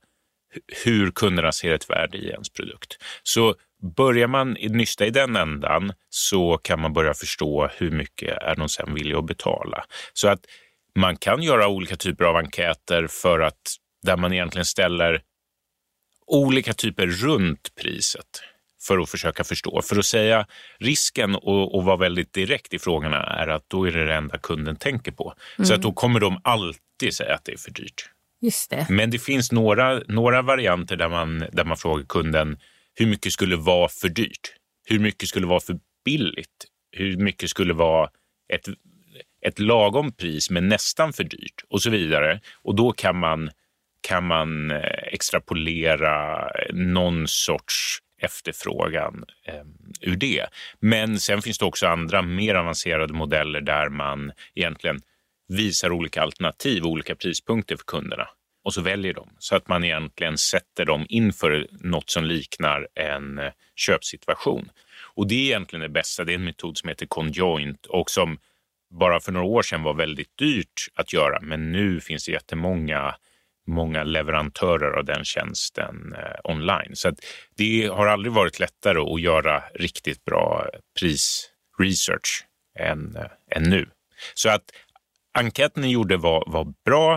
hur kunderna ser ett värde i ens produkt. Så börjar man nysta i den ändan så kan man börja förstå hur mycket är de sen villiga att betala. Så att man kan göra olika typer av enkäter för att där man egentligen ställer olika typer runt priset för att försöka förstå. För att säga risken och, och vara väldigt direkt i frågorna är att då är det det enda kunden tänker på. Mm. Så att då kommer de alltid säga att det är för dyrt. Just det. Men det finns några, några varianter där man, där man frågar kunden hur mycket skulle vara för dyrt? Hur mycket skulle vara för billigt? Hur mycket skulle vara ett, ett lagom pris men nästan för dyrt? Och så vidare. Och då kan man, kan man extrapolera någon sorts efterfrågan eh, ur det. Men sen finns det också andra mer avancerade modeller där man egentligen visar olika alternativ, olika prispunkter för kunderna. Och så väljer de. Så att man egentligen sätter dem inför något som liknar en köpsituation. Och det är egentligen det bästa. Det är en metod som heter Conjoint och som bara för några år sedan var väldigt dyrt att göra. Men nu finns det jättemånga många leverantörer av den tjänsten eh, online. Så att det har aldrig varit lättare att göra riktigt bra prisresearch än, äh, än nu. Så att enkäten ni gjorde var, var bra.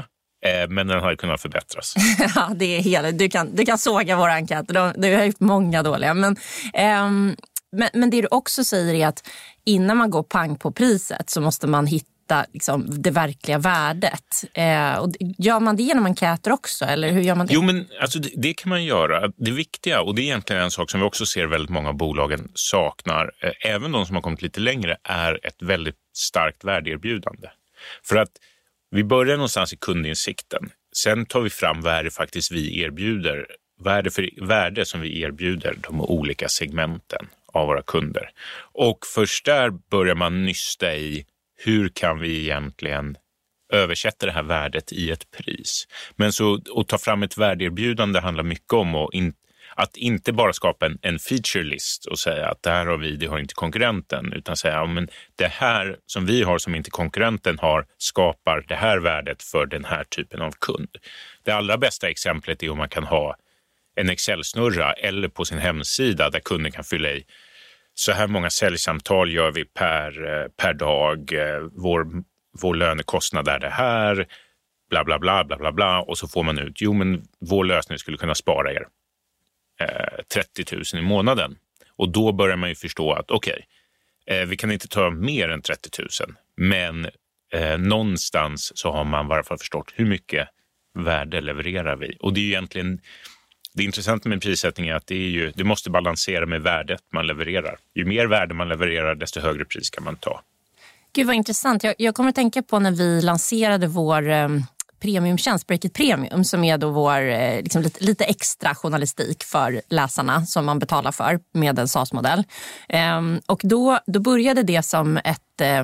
eh, men den har kunnat förbättras. Ja, det är hela. Du kan, du kan såga våra enkäter. Du har gjort många dåliga. Men, ehm, men, men det du också säger är att innan man går pang på priset så måste man hitta liksom det verkliga värdet. Eh, och gör man det genom enkäter också? Eller hur gör man det? Jo, men alltså, det, det kan man göra. Det viktiga, och det är egentligen en sak som vi också ser väldigt många av bolagen saknar, eh, även de som har kommit lite längre, är ett väldigt starkt värdeerbjudande. För att vi börjar någonstans i kundinsikten. Sen tar vi fram vad är det faktiskt vi erbjuder. Vad är det för värde som vi erbjuder de olika segmenten av våra kunder. Och först där börjar man nysta i hur kan vi egentligen översätta det här värdet i ett pris. Men så att ta fram ett värdeerbjudande handlar mycket om att, in, att inte bara skapa en, en feature list och säga att det här har vi, det har inte konkurrenten, utan säga ja, men det här som vi har som inte konkurrenten har skapar det här värdet för den här typen av kund. Det allra bästa exemplet är om man kan ha en Excel-snurra eller på sin hemsida där kunden kan fylla i så här många säljsamtal gör vi per, per dag, vår, vår lönekostnad är det här, bla bla bla bla bla bla, och så får man ut, jo men vår lösning skulle kunna spara er eh, trettio tusen i månaden. Och då börjar man ju förstå att okej, okay, eh, vi kan inte ta mer än trettio tusen, men eh, någonstans så har man i varje fall förstått hur mycket värde levererar vi. Och det är ju egentligen det intressanta med prissättning är att det, är ju, det måste balansera med värdet man levererar. Ju mer värde man levererar, desto högre pris kan man ta. Gud vad intressant. Jag, jag kommer att tänka på när vi lanserade vår eh, premiumtjänst, Breakit Premium, som är då vår eh, liksom lite, lite extra journalistik för läsarna som man betalar för med en SaaS-modell. Eh, och då, då började det som ett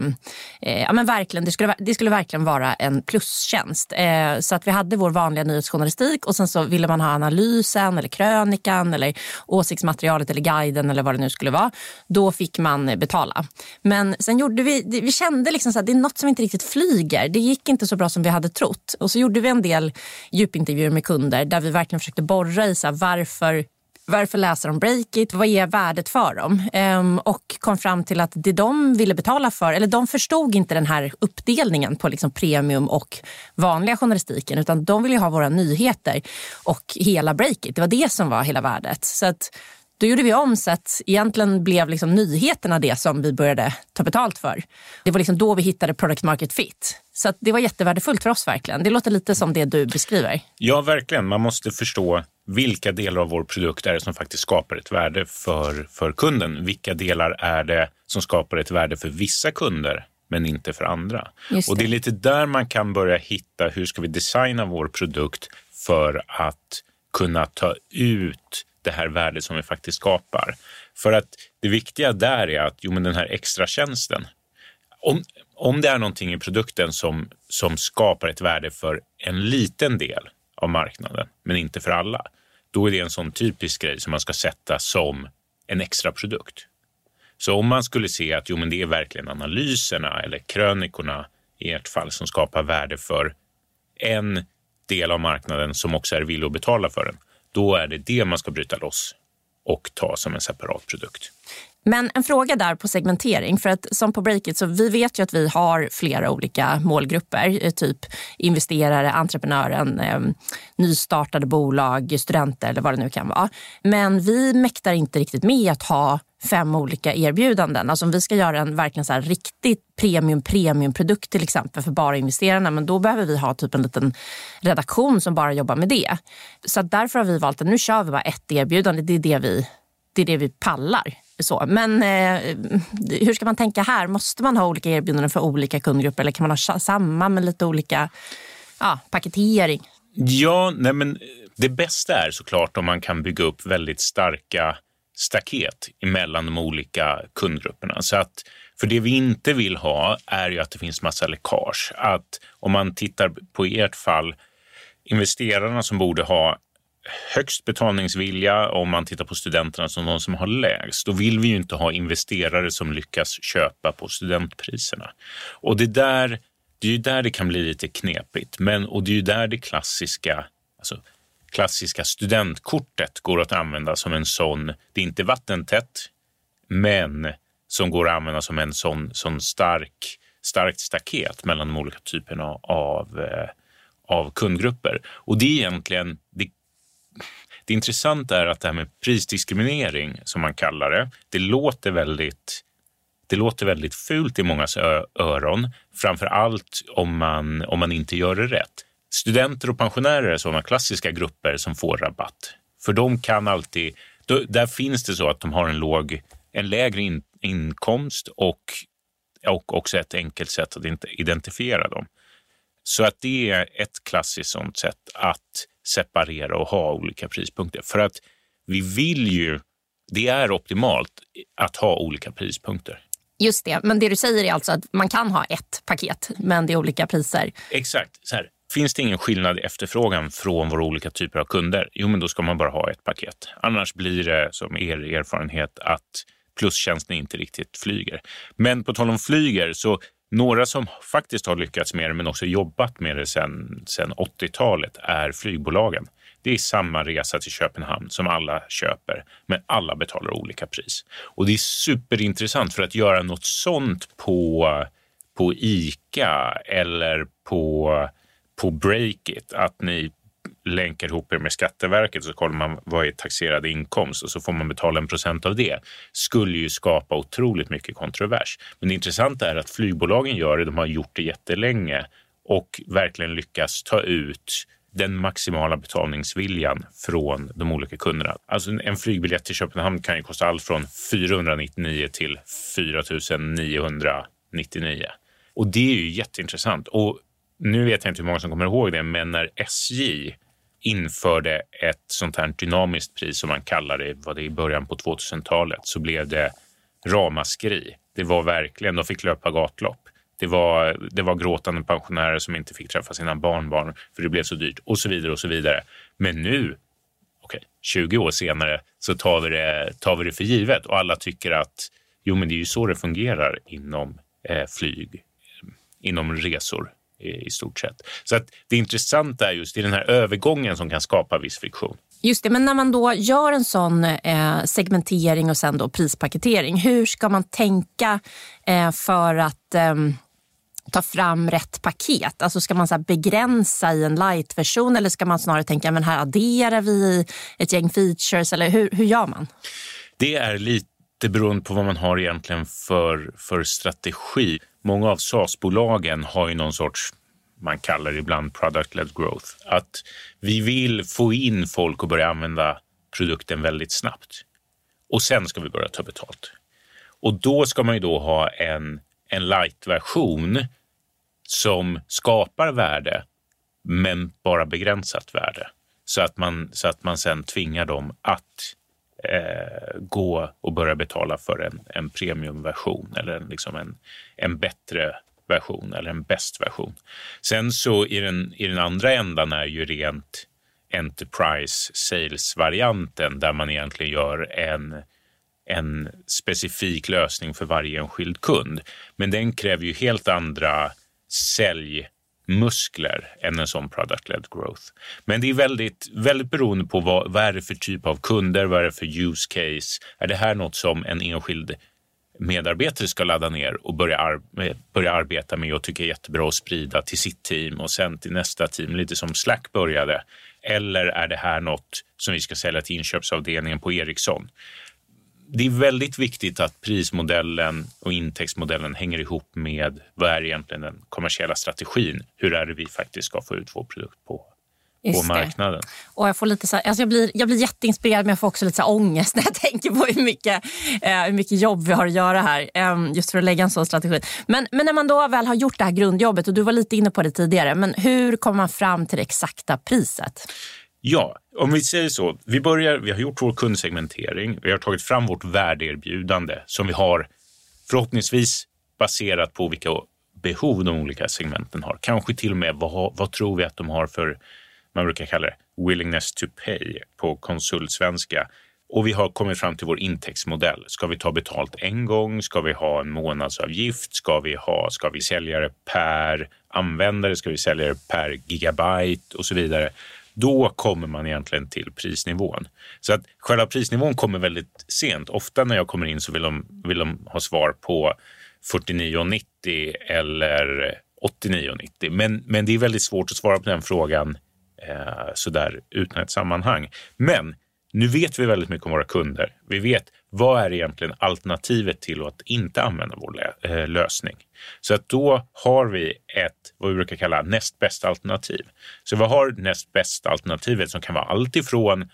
Eh, ja men verkligen, det skulle, det skulle verkligen vara en plustjänst. Eh, så att vi hade vår vanliga nyhetsjournalistik och sen så ville man ha analysen eller krönikan eller åsiktsmaterialet eller guiden eller vad det nu skulle vara. Då fick man betala. Men sen gjorde vi, vi kände liksom så att det är något som inte riktigt flyger. Det gick inte så bra som vi hade trott. Och så gjorde vi en del djupintervjuer med kunder där vi verkligen försökte borra i så här, varför Varför läser de Breakit? Vad är värdet för dem? Ehm, och kom fram till att det de ville betala för, eller de förstod inte den här uppdelningen på liksom premium och vanliga journalistiken, utan de ville ha våra nyheter och hela Breakit. Det var det som var hela värdet. Så att då gjorde vi om så att egentligen blev liksom nyheterna det som vi började ta betalt för. Det var liksom då vi hittade product market fit. Så att det var jättevärdefullt för oss verkligen. Det låter lite som det du beskriver. Ja, verkligen. Man måste förstå vilka delar av vår produkt är det som faktiskt skapar ett värde för, för kunden. Vilka delar är det som skapar ett värde för vissa kunder men inte för andra. Det. Och det är lite där man kan börja hitta hur ska vi designa vår produkt för att kunna ta ut det här värdet som vi faktiskt skapar. För att det viktiga där är att jo, men den här extra tjänsten, om, om det är någonting i produkten som, som skapar ett värde för en liten del av marknaden men inte för alla, då är det en sån typisk grej som man ska sätta som en extra produkt. Så om man skulle se att jo, men det är verkligen analyserna eller krönikorna i ert fall som skapar värde för en del av marknaden som också är villig att betala för den, då är det det man ska bryta loss och ta som en separat produkt. Men en fråga där på segmentering, för att som på Breakit så vi vet ju att vi har flera olika målgrupper, typ investerare, entreprenören, eh, nystartade bolag, studenter eller vad det nu kan vara. Men vi mäktar inte riktigt med att ha fem olika erbjudanden. Alltså om vi ska göra en verkligen så här riktigt premium premium produkt till exempel för bara investerarna, men då behöver vi ha typ en liten redaktion som bara jobbar med det. Så därför har vi valt att nu kör vi bara ett erbjudande, det är det vi, det är det vi pallar. Så. Men eh, hur ska man tänka här? Måste man ha olika erbjudanden för olika kundgrupper eller kan man ha samma med lite olika ja, paketering? Ja, nej men det bästa är såklart om man kan bygga upp väldigt starka staket emellan de olika kundgrupperna. Så att, för det vi inte vill ha är ju att det finns massa läckage. Att om man tittar på ert fall, investerarna som borde ha högst betalningsvilja, om man tittar på studenterna som de som har lägst, då vill vi ju inte ha investerare som lyckas köpa på studentpriserna. Och det där, det är ju där det kan bli lite knepigt. Men, och det är ju där det klassiska, alltså klassiska studentkortet går att använda som en sån, det är inte vattentätt, men som går att använda som en sån, sån stark, starkt staket mellan de olika typerna av, av kundgrupper. Och det är egentligen, det, det intressanta är att det här med prisdiskriminering som man kallar det, det låter väldigt, det låter väldigt fult i mångas öron, framför allt om man, om man inte gör det rätt. Studenter och pensionärer är sådana klassiska grupper som får rabatt. För de kan alltid, då, där finns det så att de har en låg, en lägre in, inkomst och, och också ett enkelt sätt att identifiera dem. Så att det är ett klassiskt sådant sätt att separera och ha olika prispunkter. För att vi vill ju, det är optimalt att ha olika prispunkter. Just det, men det du säger är alltså att man kan ha ett paket, men det är olika priser. Exakt, så här. Finns det ingen skillnad i efterfrågan från våra olika typer av kunder? Jo, men då ska man bara ha ett paket. Annars blir det som er erfarenhet att plustjänsten inte riktigt flyger. Men på tal om flyger, så några som faktiskt har lyckats med det men också jobbat med det sedan, sedan åttiotalet är flygbolagen. Det är samma resa till Köpenhamn som alla köper, men alla betalar olika pris. Och det är superintressant, för att göra något sånt på, på ICA eller på, på Breakit, att ni länkar ihop er med Skatteverket så kollar man vad är taxerad inkomst och så får man betala en procent av det, skulle ju skapa otroligt mycket kontrovers. Men det intressanta är att flygbolagen gör det, de har gjort det jättelänge och verkligen lyckas ta ut den maximala betalningsviljan från de olika kunderna. Alltså en flygbiljett till Köpenhamn kan ju kosta allt från fyrahundranittionio till fyra tusen niohundranittionio. Och det är ju jätteintressant. Och nu vet jag inte hur många som kommer ihåg det, men när S J införde ett sånt här dynamiskt pris som man kallar det, var det i början på tvåtusentalet, så blev det ramaskri. Det var verkligen, de fick löpa gatlopp. Det var, det var gråtande pensionärer som inte fick träffa sina barnbarn för det blev så dyrt och så vidare och så vidare. Men nu, okej, tjugo år senare så tar vi det, tar vi det för givet och alla tycker att jo, men det är ju så det fungerar inom eh, flyg, inom resor i, i stort sett. Så att det intressanta är just i den här övergången som kan skapa viss friktion. Just det, men när man då gör en sån eh, segmentering och sen då prispaketering, hur ska man tänka eh, för att eh, ta fram rätt paket? Alltså ska man så här begränsa i en light-version eller ska man snarare tänka men här adderar vi ett gäng features eller hur, hur gör man? Det är lite beroende på vad man har egentligen för, för strategi. Många av SaaS-bolagen har ju någon sorts, man kallar det ibland product-led growth. Att vi vill få in folk och börja använda produkten väldigt snabbt. Och sen ska vi börja ta betalt. Och då ska man ju då ha en, en light-version som skapar värde men bara begränsat värde. Så att man, så att man sen tvingar dem att eh, gå och börja betala för en, en premiumversion eller en, liksom en, en bättre version eller en bäst version. Sen så i den, i den andra ändan är ju rent enterprise sales-varianten där man egentligen gör en, en specifik lösning för varje enskild kund. Men den kräver ju helt andra säljmuskler än en sån product-led growth. Men det är väldigt, väldigt beroende på vad, vad är det för typ av kunder, vad är det för use case. Är det här något som en enskild medarbetare ska ladda ner och börja, ar- börja arbeta med och tycker är jättebra att sprida till sitt team och sen till nästa team, lite som Slack började. Eller är det här något som vi ska sälja till inköpsavdelningen på Ericsson? Det är väldigt viktigt att prismodellen och intäktsmodellen hänger ihop med vad är egentligen den kommersiella strategin. Hur är det vi faktiskt ska få ut vår produkt på, på marknaden. Och jag, får lite så här, alltså jag, blir, jag blir jätteinspirerad men jag får också lite så här ångest när jag tänker på hur mycket, eh, hur mycket jobb vi har att göra här. Eh, just för att lägga en sån strategi. Men, men när man då väl har gjort det här grundjobbet och du var lite inne på det tidigare. Men hur kommer man fram till det exakta priset? Ja, om vi säger så. Vi börjar, vi har gjort vår kundsegmentering. Vi har tagit fram vårt värdeerbjudande som vi har förhoppningsvis baserat på vilka behov de olika segmenten har. Kanske till och med vad, vad tror vi att de har för, man brukar kalla det willingness to pay på konsultsvenska. Och vi har kommit fram till vår intäktsmodell. Ska vi ta betalt en gång? Ska vi ha en månadsavgift? Ska vi, ha, ska vi sälja det per användare? Ska vi sälja det per gigabyte? Och så vidare. Då kommer man egentligen till prisnivån. Så att själva prisnivån kommer väldigt sent. Ofta när jag kommer in så vill de, vill de ha svar på fyrtionio nittio eller åttionio nittio. Men, men det är väldigt svårt att svara på den frågan eh, sådär utan ett sammanhang. Men nu vet vi väldigt mycket om våra kunder. Vi vet vad är egentligen alternativet till att inte använda vår lö- äh, lösning. Så att då har vi ett, vad vi brukar kalla näst bästa alternativ. Så vad har näst bästa alternativet som kan vara allt ifrån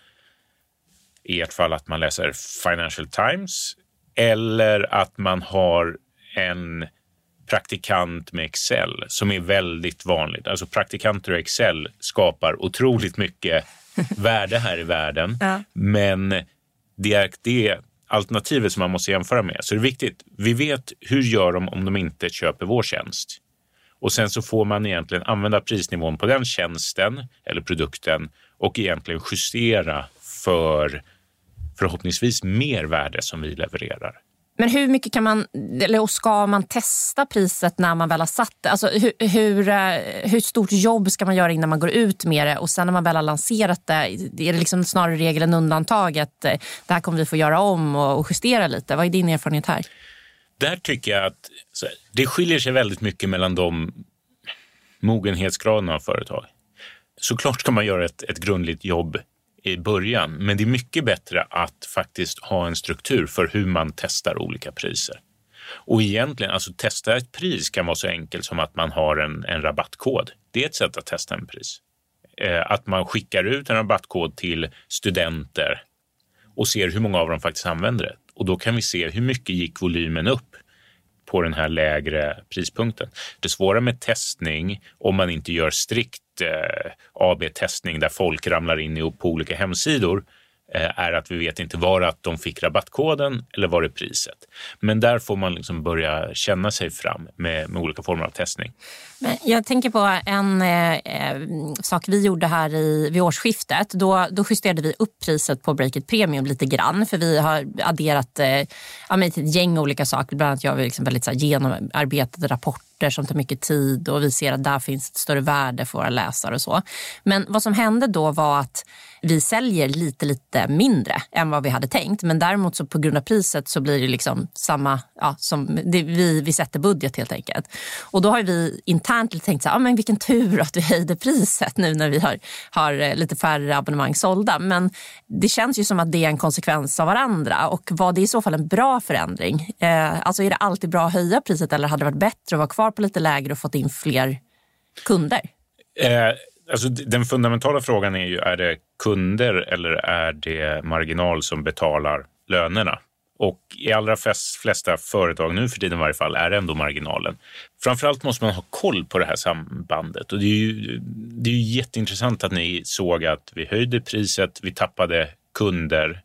i ert fall att man läser Financial Times eller att man har en praktikant med Excel som är väldigt vanligt. Alltså praktikanter och Excel skapar otroligt mycket värde här i världen. Ja. Men det är det alternativet som man måste jämföra med. Så det är viktigt. Vi vet hur gör de om de inte köper vår tjänst. Och sen så får man egentligen använda prisnivån på den tjänsten eller produkten och egentligen justera för förhoppningsvis mer värde som vi levererar. Men hur mycket kan man, eller ska man testa priset när man väl har satt det? Alltså hur, hur, hur stort jobb ska man göra innan man går ut med det? Och sen när man väl har lanserat det, är det liksom snarare regel än undantaget? Det här kommer vi få göra om och justera lite. Vad är din erfarenhet här? Där tycker jag att så, det skiljer sig väldigt mycket mellan de mogenhetsgraderna av företag. Såklart ska man göra ett, ett grundligt jobb i början, men det är mycket bättre att faktiskt ha en struktur för hur man testar olika priser. Och egentligen, alltså testa ett pris kan vara så enkelt som att man har en, en rabattkod. Det är ett sätt att testa en pris. Eh, att man skickar ut en rabattkod till studenter och ser hur många av dem faktiskt använder det. Och då kan vi se hur mycket gick volymen upp på den här lägre prispunkten. Det svåra med testning, om man inte gör strikt eh, A B-testning där folk ramlar in på olika hemsidor, eh, är att vi vet inte var att de fick rabattkoden eller var det priset. Men där får man liksom börja känna sig fram med, med olika former av testning. Men jag tänker på en eh, sak vi gjorde här i, vid årsskiftet. Då, då justerade vi upp priset på Breakit Premium lite grann. För vi har adderat eh, ja, med ett gäng olika saker. Bland annat gör vi liksom väldigt så här, genomarbetade rapporter som tar mycket tid. Och vi ser att där finns ett större värde för våra läsare och så. Men vad som hände då var att vi säljer lite, lite mindre än vad vi hade tänkt. Men däremot så på grund av priset så blir det liksom samma, ja, som det, vi, vi sätter budget helt enkelt. Och då har vi internt tänkt så här, ja, men vilken tur att vi höjde priset nu när vi har, har lite färre abonnemang sålda. Men det känns ju som att det är en konsekvens av varandra. Och var det i så fall en bra förändring? Eh, alltså är det alltid bra att höja priset eller hade det varit bättre att vara kvar på lite lägre och fått in fler kunder? Eh, alltså den fundamentala frågan är ju, är det kunder eller är det marginal som betalar lönerna? Och i allra flesta företag nu för tiden i varje fall är det ändå marginalen. Framförallt måste man ha koll på det här sambandet. Och det är ju, det är ju jätteintressant att ni såg att vi höjde priset, vi tappade kunder.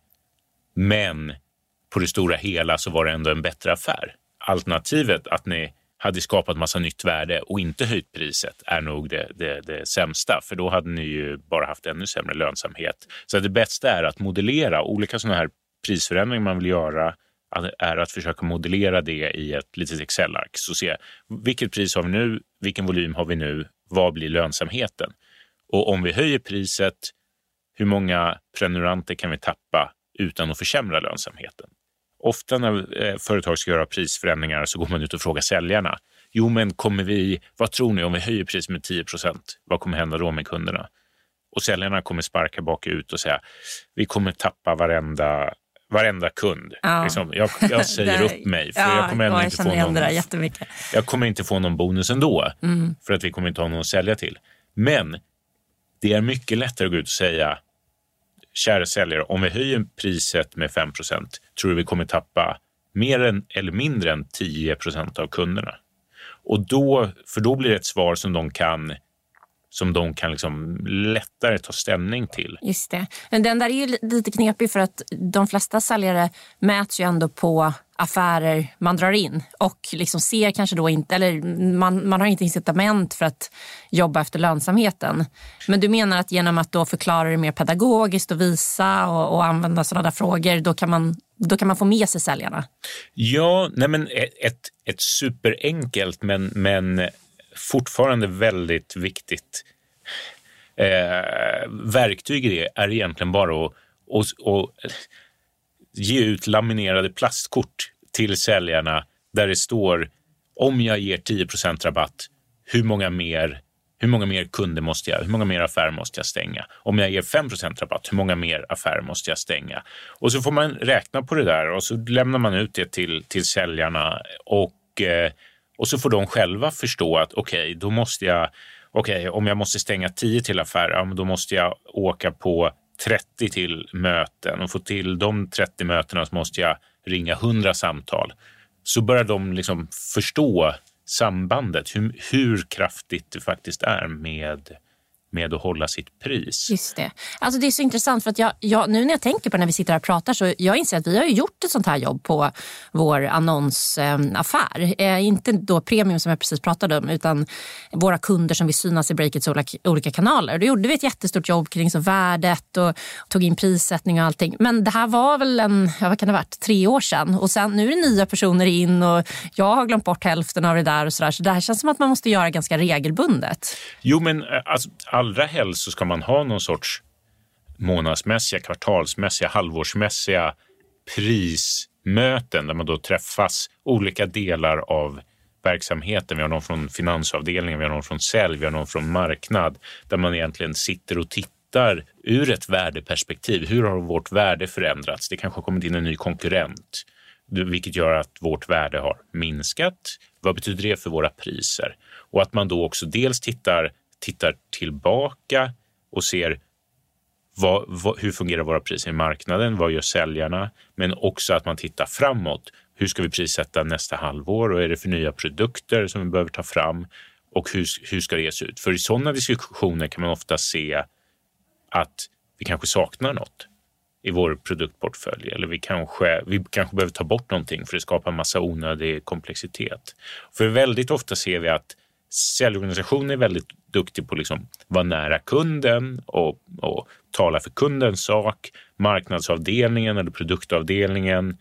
Men på det stora hela så var det ändå en bättre affär. Alternativet att ni hade skapat massa nytt värde och inte höjt priset är nog det, det, det sämsta. För då hade ni ju bara haft ännu sämre lönsamhet. Så det bästa är att modellera olika sådana här prisförändring man vill göra är att försöka modellera det i ett litet Excel-ark. Så se, vilket pris har vi nu, vilken volym har vi nu, vad blir lönsamheten? Och om vi höjer priset, hur många prenumeranter kan vi tappa utan att försämra lönsamheten? Ofta när eh, företag ska göra prisförändringar så går man ut och frågar säljarna. Jo, men kommer vi, vad tror ni om vi höjer priset med tio procent? Vad kommer hända då med kunderna? Och säljarna kommer sparka bakut och säga, vi kommer tappa varenda varenda kund. Ja. Liksom, jag, jag säger upp mig för ja, jag kommer ändå inte få någon, jag kommer inte få någon bonus ändå mm. för att vi kommer inte ha någon att sälja till. Men det är mycket lättare att gå ut och säga, kära säljare, om vi höjer priset med fem procent tror vi kommer tappa mer än, eller mindre än tio procent av kunderna. Och då, för då blir det ett svar som de kan som de kan liksom lättare ta ställning till. Just det. Men den där är ju lite knepig för att de flesta säljare mäts ju ändå på affärer man drar in och liksom ser kanske då inte, eller man, man har inte incitament för att jobba efter lönsamheten. Men du menar att genom att då förklara det mer pedagogiskt och visa och, och använda sådana där frågor, då kan man då kan man få med sig säljarna? Ja, nej men ett, ett superenkelt men, men fortfarande väldigt viktigt eh, verktyg i det är egentligen bara att, att, att ge ut laminerade plastkort till säljarna där det står, om jag ger tio procent rabatt, hur många mer hur många mer kunder måste jag, hur många mer affärer måste jag stänga? Om jag ger fem procent rabatt, hur många mer affärer måste jag stänga? Och så får man räkna på det där och så lämnar man ut det till, till säljarna och, eh, och så får de själva förstå att okej, okay, då måste jag, okej, okay, om jag måste stänga tio till affärer, ja, men då måste jag åka på trettio till möten och få till de trettio mötena så måste jag ringa hundra samtal. Så börjar de liksom förstå sambandet, hur, hur kraftigt det faktiskt är med, med att hålla sitt pris. Just det. Alltså det är så intressant för att jag, jag, nu när jag tänker på när vi sitter här och pratar så jag inser att vi har ju gjort ett sånt här jobb på vår annonsaffär. Eh, inte då premium som jag precis pratade om utan våra kunder som vill synas i Breakits olika, olika kanaler. Då gjorde vi ett jättestort jobb kring så värdet och tog in prissättning och allting. Men det här var väl en, ja, vad kan det ha varit, tre år sedan. Och sen nu är det nya personer in och jag har glömt bort hälften av det där och sådär. Så det här känns som att man måste göra ganska regelbundet. Jo, men alltså, allra helst så ska man ha någon sorts månadsmässiga, kvartalsmässiga, halvårsmässiga prismöten där man då träffas olika delar av verksamheten. Vi har någon från finansavdelningen, vi har någon från sälj, vi har någon från marknad där man egentligen sitter och tittar ur ett värdeperspektiv. Hur har vårt värde förändrats? Det kanske har kommit in en ny konkurrent vilket gör att vårt värde har minskat. Vad betyder det för våra priser? Och att man då också dels tittar tittar tillbaka och ser vad, vad, hur fungerar våra priser i marknaden, vad gör säljarna, men också att man tittar framåt. Hur ska vi prissätta nästa halvår och är det för nya produkter som vi behöver ta fram och hur, hur ska det se ut? För i sådana diskussioner kan man ofta se att vi kanske saknar något i vår produktportfölj eller vi kanske, vi kanske behöver ta bort någonting för det skapar massa onödig komplexitet. För väldigt ofta ser vi att säljorganisationen är väldigt duktig på att liksom vara nära kunden och, och tala för kundens sak. Marknadsavdelningen eller produktavdelningen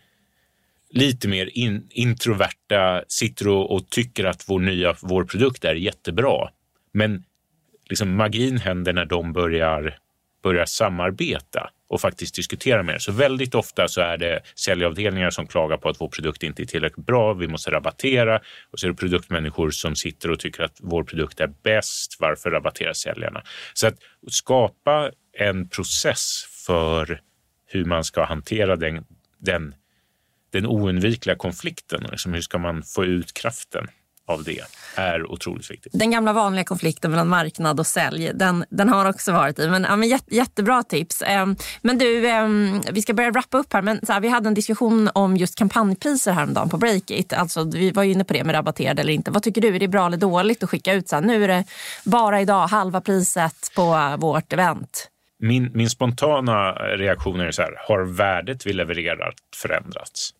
lite mer in, introverta sitter och, och tycker att vår nya vår produkt är jättebra. Men liksom magin händer när de börjar, börjar samarbeta och faktiskt diskutera mer. Så väldigt ofta så är det säljavdelningar som klagar på att vår produkt inte är tillräckligt bra, vi måste rabattera. Och så är det produktmänniskor som sitter och tycker att vår produkt är bäst, varför rabatterar säljarna? Så att skapa en process för hur man ska hantera den, den, den oundvikliga konflikten, liksom hur ska man få ut kraften av det, är otroligt viktigt. Den gamla vanliga konflikten mellan marknad och sälj, den, den har också varit i. Men, ja, men jätte, jättebra tips. Um, men du, um, vi ska börja wrappa upp här. Men så här, vi hade en diskussion om just kampanjpriser häromdagen på Breakit. Alltså, vi var ju inne på det med rabatterade eller inte. Vad tycker du? Är det bra eller dåligt att skicka ut så här? Nu är det bara idag halva priset på vårt event. Min, min spontana reaktion är så här, har värdet vi levererar förändrats?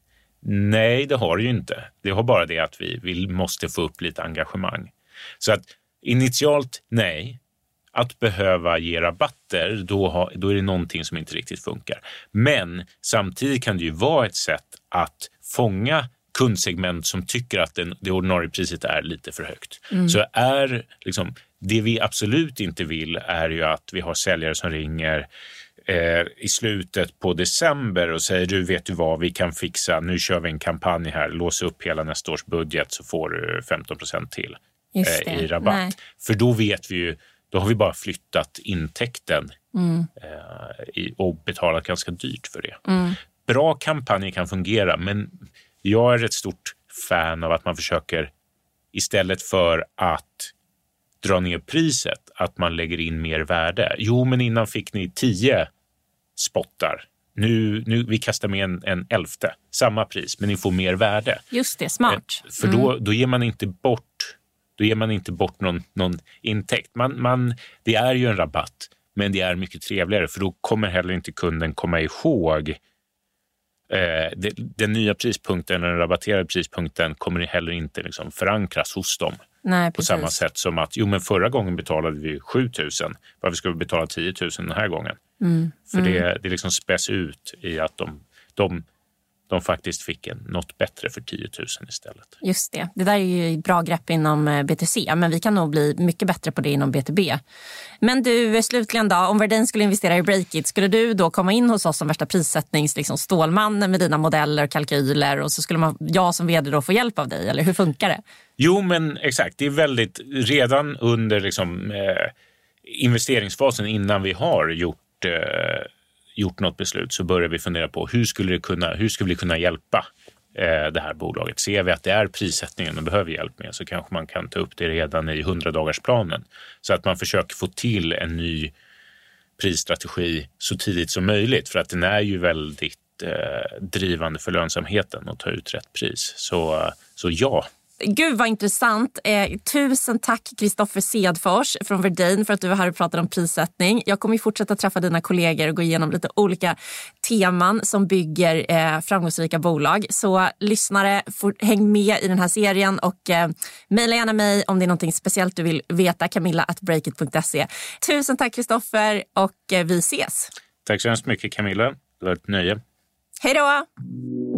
Nej, det har det ju inte. Det har bara det att vi, vi måste få upp lite engagemang. Så att initialt, nej. Att behöva ge rabatter, då, har, då är det någonting som inte riktigt funkar. Men samtidigt kan det ju vara ett sätt att fånga kundsegment som tycker att den, det ordinarie priset är lite för högt. Mm. Så är liksom, det vi absolut inte vill är ju att vi har säljare som ringer Eh, i slutet på december och säger du vet du vad vi kan fixa, nu kör vi en kampanj här, lås upp hela nästa års budget så får du femton procent till eh, i rabatt. Nej. För då vet vi ju, då har vi bara flyttat intäkten mm. eh, i, och betalat ganska dyrt för det. Mm. Bra kampanjer kan fungera, men jag är ett stort fan av att man försöker istället för att dra ner priset, att man lägger in mer värde. Jo, men innan fick ni tio spottar. Nu, nu vi kastar med en, en elfte. Samma pris, men ni får mer värde. Just det, smart. För mm. då, då ger man inte bort, då ger man inte bort någon, någon intäkt. Man, man, det är ju en rabatt, men det är mycket trevligare. För då kommer heller inte kunden komma ihåg eh, det, den nya prispunkten eller den rabatterade prispunkten kommer heller inte liksom förankras hos dem. Nej, på samma sätt som att jo, men förra gången betalade vi sju tusen. Varför ska vi betala tio tusen den här gången? Mm. För mm. det, det liksom späs ut i att de, de, de faktiskt fick en, något bättre för tio tusen istället. Just det. Det där är ju bra grepp inom B T C, men vi kan nog bli mycket bättre på det inom B T B. Men du, slutligen då, om Verdane skulle investera i Breakit, skulle du då komma in hos oss som värsta prissättnings liksom, stålmannen med dina modeller och kalkyler, och så skulle man, jag som vd då få hjälp av dig, eller hur funkar det? Jo, men exakt. Det är väldigt, redan under liksom, eh, investeringsfasen innan vi har gjort, eh, gjort något beslut, så börjar vi fundera på hur skulle, det kunna, hur skulle vi kunna hjälpa eh, det här bolaget. Ser vi att det är prissättningen och behöver hjälp med, så kanske man kan ta upp det redan i hundra-dagarsplanen. Så att man försöker få till en ny prisstrategi så tidigt som möjligt, för att den är ju väldigt eh, drivande för lönsamheten och ta ut rätt pris. Så, så ja. Gud vad intressant. Eh, tusen tack Kristoffer Sedfors från Verdane för att du var här och pratade om prissättning. Jag kommer ju fortsätta träffa dina kollegor och gå igenom lite olika teman som bygger eh, framgångsrika bolag. Så lyssnare, får, häng med i den här serien och eh, mejla gärna mig om det är något speciellt du vill veta. Camilla at breakit punkt se. Tusen tack Kristoffer och eh, vi ses. Tack så hemskt mycket Camilla. Det var ett nöje. Hej då!